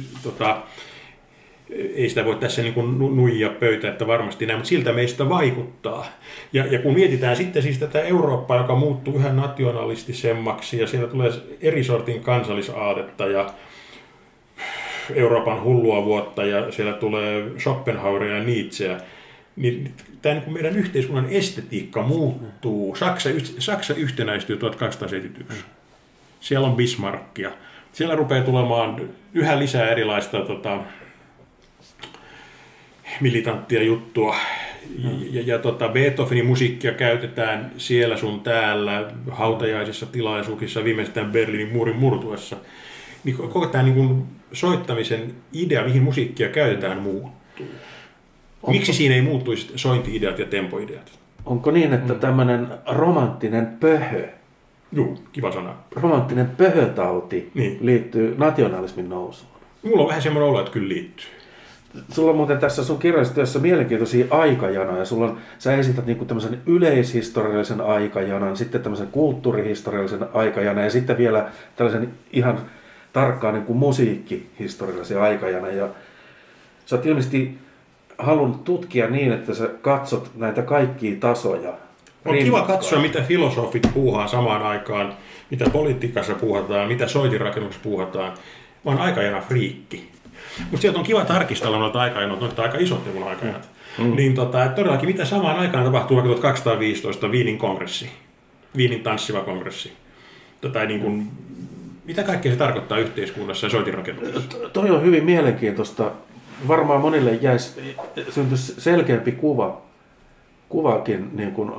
Ei sitä voi tässä niin kuin nuijia pöytä, että varmasti näin, mutta siltä meistä vaikuttaa. Ja kun mietitään sitten siis tätä Eurooppaa, joka muuttuu yhä nationalistisemmaksi ja siellä tulee eri sortin kansallisaatetta ja Euroopan hullua vuotta ja siellä tulee Schopenhaueria ja Nietzscheä, niin tämä niin kuin meidän yhteiskunnan estetiikka muuttuu. Saksa yhtenäistyy 1271. Siellä on Bismarckia. Siellä rupeaa tulemaan yhä lisää erilaista militanttia juttua. Ja Beethovenin musiikkia käytetään siellä sun täällä, hautajaisissa tilaisuuksissa, viimeistään Berliinin muurin murtuessa. Niin koko tämä niin soittamisen idea, mihin musiikkia käytetään, muuttuu. Miksi siinä ei muuttuisi sointi-ideat ja tempoideat? Onko niin, että tämmöinen romanttinen pöhö, kiva sana. Romanttinen pöhötauti liittyy nationalismin nousuun? Mulla on vähän semmoinen olo, että kyllä liittyy. Sulla on muuten tässä sun kirjallisessa työssä mielenkiintoisia aikajanoja. Sä esität niinku tämmöisen yleishistoriallisen aikajanan, sitten tämmöisen kulttuurihistoriallisen aikajanan ja sitten vielä tällaisen ihan tarkkaan niin kuin musiikkihistoriallisen aikajanan. Ja sä oot ilmeisesti halunnut tutkia niin, että sä katsot näitä kaikkia tasoja. On kiva katsoa, mitä filosofit puuhaa samaan aikaan, mitä politiikassa puuhataan, mitä soitinrakennuksessa puuhataan. Mä oon aikajana friikki. Mutta sieltä on kiva tarkistella noita aikajanot, noita aika isot ne mun aikajanat. Niin todellakin, mitä samaan aikaan tapahtuu vaikka 1215 Wienin kongressi, Wienin tanssiva kongressi. Niin kuin, mitä kaikkea se tarkoittaa yhteiskunnassa ja soitinrakennuksessa? Toi on hyvin mielenkiintoista. Varmaan monille syntyisi selkeämpi kuvakin niin kuin,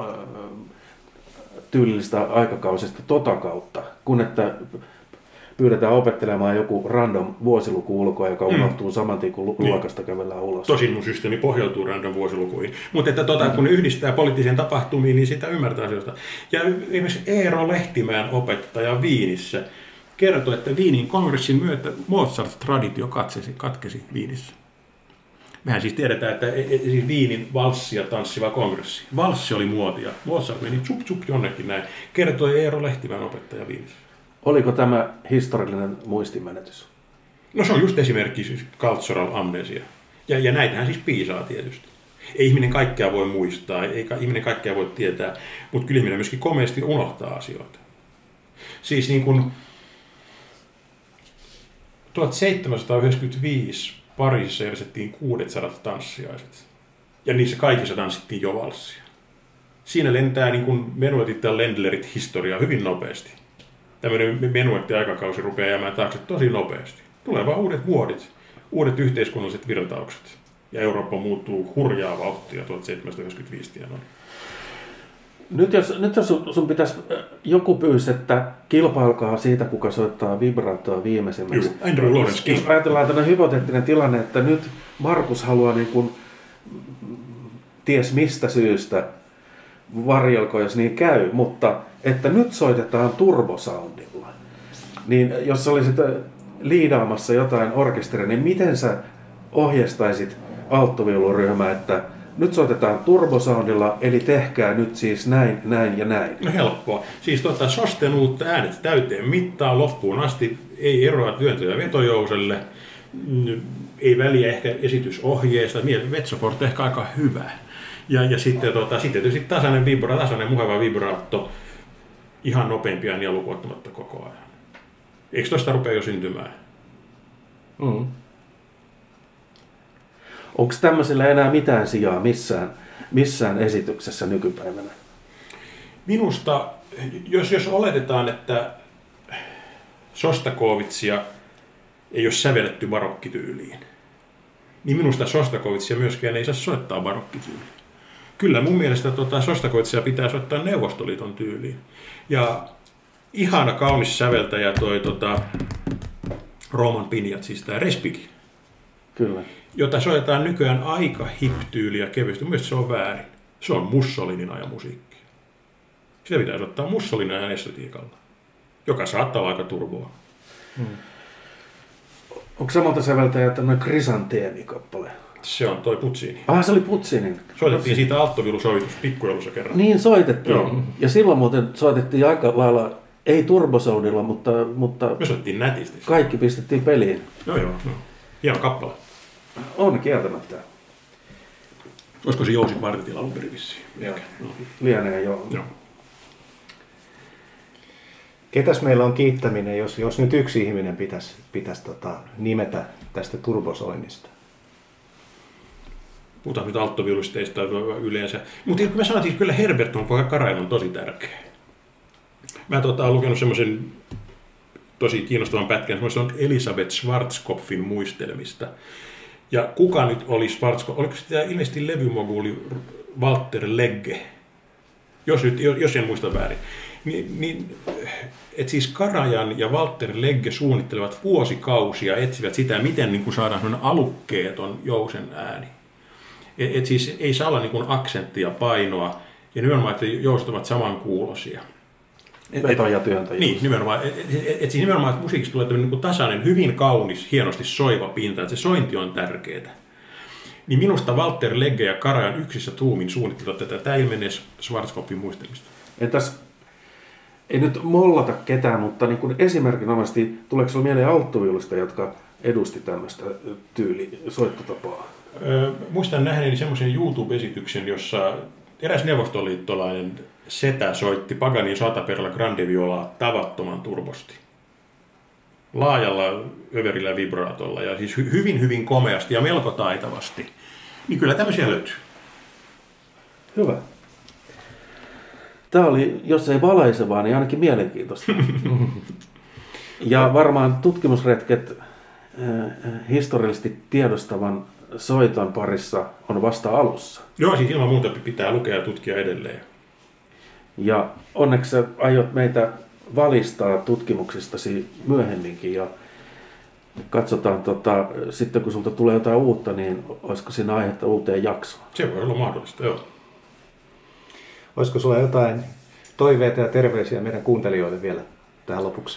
tyylistä aikakausista kautta, kun että pyydetään opettelemaan joku random vuosiluku ulkoa, joka unohtuu saman tien, kun luokasta kävellään ulos. Tosin mun systeemi pohjautuu random vuosilukuihin. Mutta että kun yhdistää poliittisiin tapahtumiin, niin sitä ymmärtää asioista. Ja esimerkiksi Eero Lehtimäen opettaja Viinissä kertoi, että Wienin kongressin myötä Mozart-traditio katkesi Viinissä. Mehän siis tiedetään, että siis Wienin valssia tanssiva kongressi. Valssi oli muotia. Mozart meni tsup jonnekin näin. Kertoi Eero Lehtimäen opettaja Viinissä. Oliko tämä historiallinen muistimenetys? No se on just esimerkki siis cultural amnesia. Ja näitähän siis piisaa tietysti. Ei ihminen kaikkea voi muistaa, ei ihminen kaikkea voi tietää, mutta kyllä ihminen myöskin komeasti unohtaa asioita. Siis niin kuin 1795 Pariisissa järjestettiin 600 tanssiaiset. Ja niissä kaikissa tanssittiin jo valssia. Siinä lentää niin kuin menuetit ja Lendlerit historiaa hyvin nopeasti. Tämmöinen menuetti-aikakausi rupeaa jäämään taakse tosi nopeasti. Tulee vaan uudet vuodet, uudet yhteiskunnalliset virtaukset. Ja Eurooppa muuttuu hurjaa vauhtia 1795 tienoin. Nyt jos sun pitäisi joku pyysi, että kilpailkaa siitä, kuka soittaa vibraattoa viimeisimmäksi. Andrew Lawrence. Jos ajatellaan tämmöinen hypoteettinen tilanne, että nyt Markus haluaa niin kuin, ties mistä syystä, varjelko jos niin käy, mutta että nyt soitetaan turbosoundilla. Niin jos olisit liidaamassa jotain orkesteria, niin miten sä ohjeistaisit alttoviuluryhmää, että nyt soitetaan turbosoundilla, eli tehkää nyt siis näin ja näin. No helppoa. Siis sostenuutta äänet täyteen mittaan loppuun asti, ei eroa työntö- ja vetojouselle, ei väliä ehkä esitysohjeesta, Vetsofort ehkä aika hyvä. Ja sitten tietysti tasainen muheva vibraatto, ihan nopeimpia niin lukuun ottamatta koko ajan. Eikö tuosta rupea jo syntymään? Mm. Onko tämmöisellä enää mitään sijaa missään esityksessä nykypäivänä? Minusta, jos oletetaan, että Sostakovitsia ei ole sävelletty barokkityyliin, niin minusta Sostakovitsia myöskään ei saa soittaa barokkityyliin. Kyllä mun mielestä Sostakovitsia pitää soittaa Neuvostoliiton tyyliin. Ja ihana kaunis säveltäjä toi Roman Pinjat, siis tämä Respighi. Kyllä. Jota soitetaan nykyään aika hip-tyyliä kevyesti. Mielestäni se on väärin. Se on Mussolinin ajan musiikkia. Sitä pitää soittaa Mussolinin ajan estetiikalla, joka saattaa olla aika turboa. Onko samalta säveltäjä tämmöinen Chrysanthemi-kappale? Se on toi Puccini. Se oli Puccinin. Soitettiin siitä alttoviulusoitus pikkujoulussa kerran. Niin soitettiin. Joo. Ja silloin muuten soitettiin aika lailla, ei turbosoundilla, mutta Me soittiin nätisti. kaikki pistettiin peliin. Joo. Hieno kappale. On kieltämättä. Olisiko se Jousi Kvartetilla alun perin vissiin? Lienee joo. Ketäs meillä on kiittäminen, jos nyt yksi ihminen pitäisi nimetä tästä turbosoinnista? Puhutaan nyt alttoviulusteista yleensä. Mutta mä sanoin, että kyllä Herbert on Karajan on tosi tärkeä. Mä olen lukenut semmoisen tosi kiinnostavan pätkän, se on Elisabeth Schwarzkopfin muistelmista. Ja kuka nyt oli Schwarzkopf? Oliko sitä ilmeisesti levymoguli Walter Legge? Jos en muista väärin. Että siis Karajan ja Walter Legge suunnittelevat vuosikausia, etsivät sitä, miten niin kuin saadaan sellainen alukkeeton jousen ääni. Et siis ei saa olla niin kuin aksenttia, painoa, ja nimenomaan, että joustot ovat samankuuloisia. Veto ja työntäjyys. Niin, nimenomaan. Siis nimenomaan, että musiikista tulee tämmöinen niin tasainen, hyvin kaunis, hienosti soiva pinta, että se sointi on tärkeää. Niin minusta Walter Legge ja Karajan yksissä tuumin suunnittelivat tätä. Tämä ilmenee Schwarzkopfin muistelmista. Entäs, ei nyt mollata ketään, mutta niin kuin esimerkinomaisesti, tuleeko sinulle mieleen alttoviulusta, jotka edusti tämmöistä soittotapaa? Muistan nähneeni semmoisen YouTube-esityksen, jossa eräs neuvostoliittolainen setä soitti Paganin Sataperla Grandeviolaa tavattoman turbosti. Laajalla överillä vibraatolla ja siis hyvin komeasti ja melko taitavasti. Niin kyllä tämmöisiä löytyy. Hyvä. Tämä oli, jos ei valaisevaa, niin ainakin mielenkiintoista. Ja varmaan tutkimusretket historiallisesti tiedostavan soiton parissa on vasta alussa. Joo, siis ilman muuta pitää lukea ja tutkia edelleen. Ja onneksi sä aiot meitä valistaa tutkimuksistasi myöhemminkin ja katsotaan, sitten kun sulta tulee jotain uutta, niin olisiko siinä aihetta uuteen jaksoon? Se voi olla mahdollista, joo. Olisiko sulla jotain toiveita ja terveisiä meidän kuuntelijoille vielä tähän lopuksi?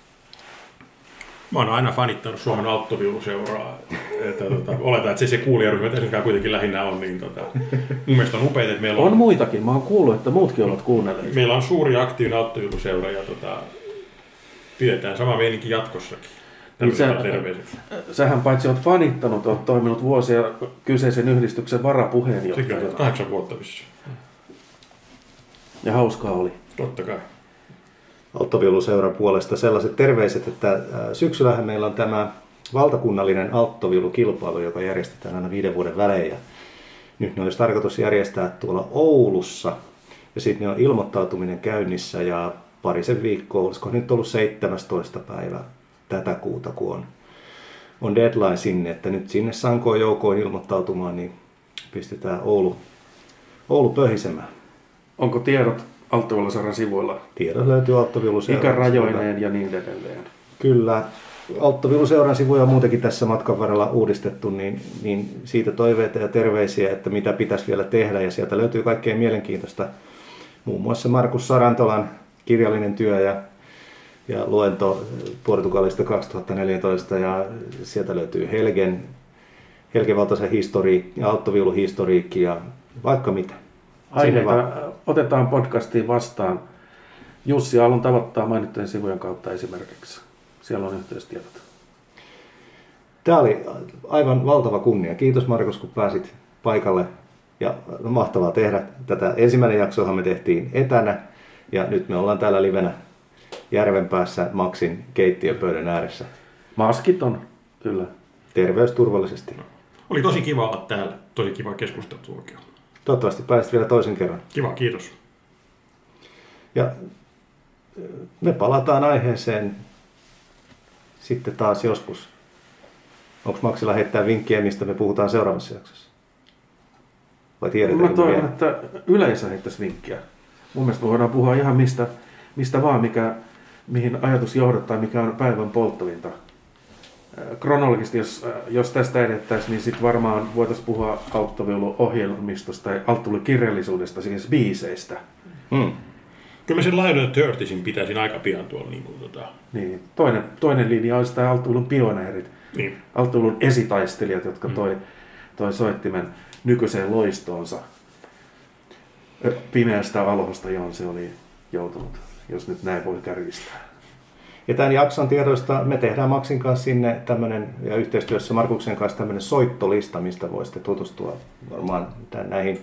Mä oon aina fanittanut Suomen alttoviuluseuraa. Oletan, että se kuulijaryhmä tässä kuitenkin lähinnä on. Niin, mun mielestä on upeita, että meillä on muitakin. Mä oon kuullut, että muutkin ovat kuunnelleet. Meillä on suuri aktiivinen alttoviuluseura ja pidetään sama meininki jatkossakin. Sähän paitsi olet fanittanut, olet toiminut vuosia kyseisen yhdistyksen varapuheenjohtajana. Sekin on 8 vuotta vissiin. Ja hauskaa oli. Totta kai. Alttoviuluseuran puolesta sellaiset terveiset, että syksyllähän meillä on tämä valtakunnallinen alttoviulukilpailu, joka järjestetään aina 5 vuoden välein. Ja nyt ne olisi tarkoitus järjestää tuolla Oulussa. Ja sitten ne on ilmoittautuminen käynnissä ja parisen viikkoa, olisiko nyt ollut 17. päivä tätä kuuta, kun on deadline sinne, että nyt sinne sankoon joukoon ilmoittautumaan, niin pistetään Oulu pöhisemään. Onko tiedot Alttoviuluseuran sivuilla? Tiedot löytyy Alttoviuluseuran ikärajoineen ja niin edelleen. Kyllä. Alttoviuluseuran sivuja on muutenkin tässä matkan varrella uudistettu, niin siitä toiveita ja terveisiä, että mitä pitäisi vielä tehdä. Ja sieltä löytyy kaikkein mielenkiintoista. Muun muassa Markus Sarantolan kirjallinen työ ja luento Portugalista 2014. Ja sieltä löytyy Helgen valtaisen historiikki ja alttoviuluhistoriikki ja vaikka mitä. Aiheita otetaan podcastiin vastaan. Jussi Aallon tavoittaa mainittujen sivujen kautta esimerkiksi. Siellä on yhteystiedot. Tämä oli aivan valtava kunnia. Kiitos Markus, kun pääsit paikalle. Ja mahtavaa tehdä tätä. Ensimmäinen jaksohan me tehtiin etänä. Ja nyt me ollaan täällä livenä Järvenpäässä Maxin keittiöpöydän ääressä. Maskit on, kyllä. Terveysturvallisesti. Oli tosi kiva olla täällä. Tosi kiva keskustella Turkia. Toivottavasti pääsit vielä toisen kerran. Kiva, kiitos. Ja me palataan aiheeseen sitten taas joskus. Onko Maxilla heittää vinkkiä, mistä me puhutaan seuraavassa jaksossa? Vai Mä tiedetäänkö toivon, vielä? että yleisö heittäisi vinkkiä. Mun mielestä me voidaan puhua ihan mistä vaan, mihin ajatus johdattaa, mikä on päivän polttavinta. Kronologisesti, jos tästä edettäisiin, niin sitten varmaan voitaisiin puhua alttoviulu-ohjelmistosta tai alttoviulu-kirjallisuudesta, siis biiseistä. Kyllä sen Lionel Turtisin pitäisin aika pian tuolla. Niin. Toinen linja olisi tämä alttoviulun pioneerit, Niin. alttoviulun esitaistelijat, jotka toi soittimen nykyiseen loistoonsa. Pimeästä alhosta, johon se oli joutunut, jos nyt näin voi kärjistää. Ja tämän jakson tiedoista me tehdään Maxin kanssa sinne tämmöinen, ja yhteistyössä Markuksen kanssa tämmöinen soittolista, mistä voisitte tutustua varmaan näihin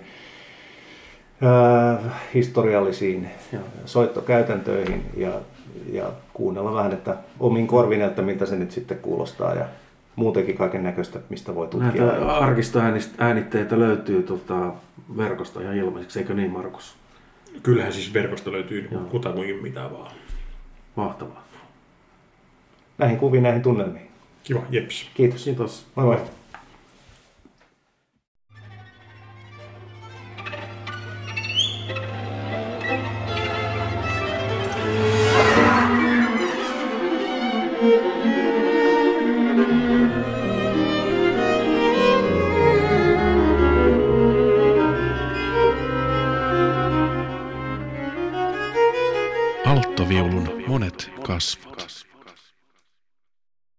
historiallisiin soittokäytäntöihin ja kuunnella vähän, että omin korvin, että miltä se nyt sitten kuulostaa ja muutenkin kaiken näköistä, mistä voi tutkia. Näitä arkistoäänitteitä löytyy verkosta ihan ilmaiseksi, eikö niin, Markus? Kyllähän siis verkosta löytyy kutakuinkin mitä vaan. Mahtavaa. Näihin kuviin, näihin tunnelmiin. Kiva, jeps. Kiitos. Kiitos. Moi moi. Alttoviulun monet kasvot.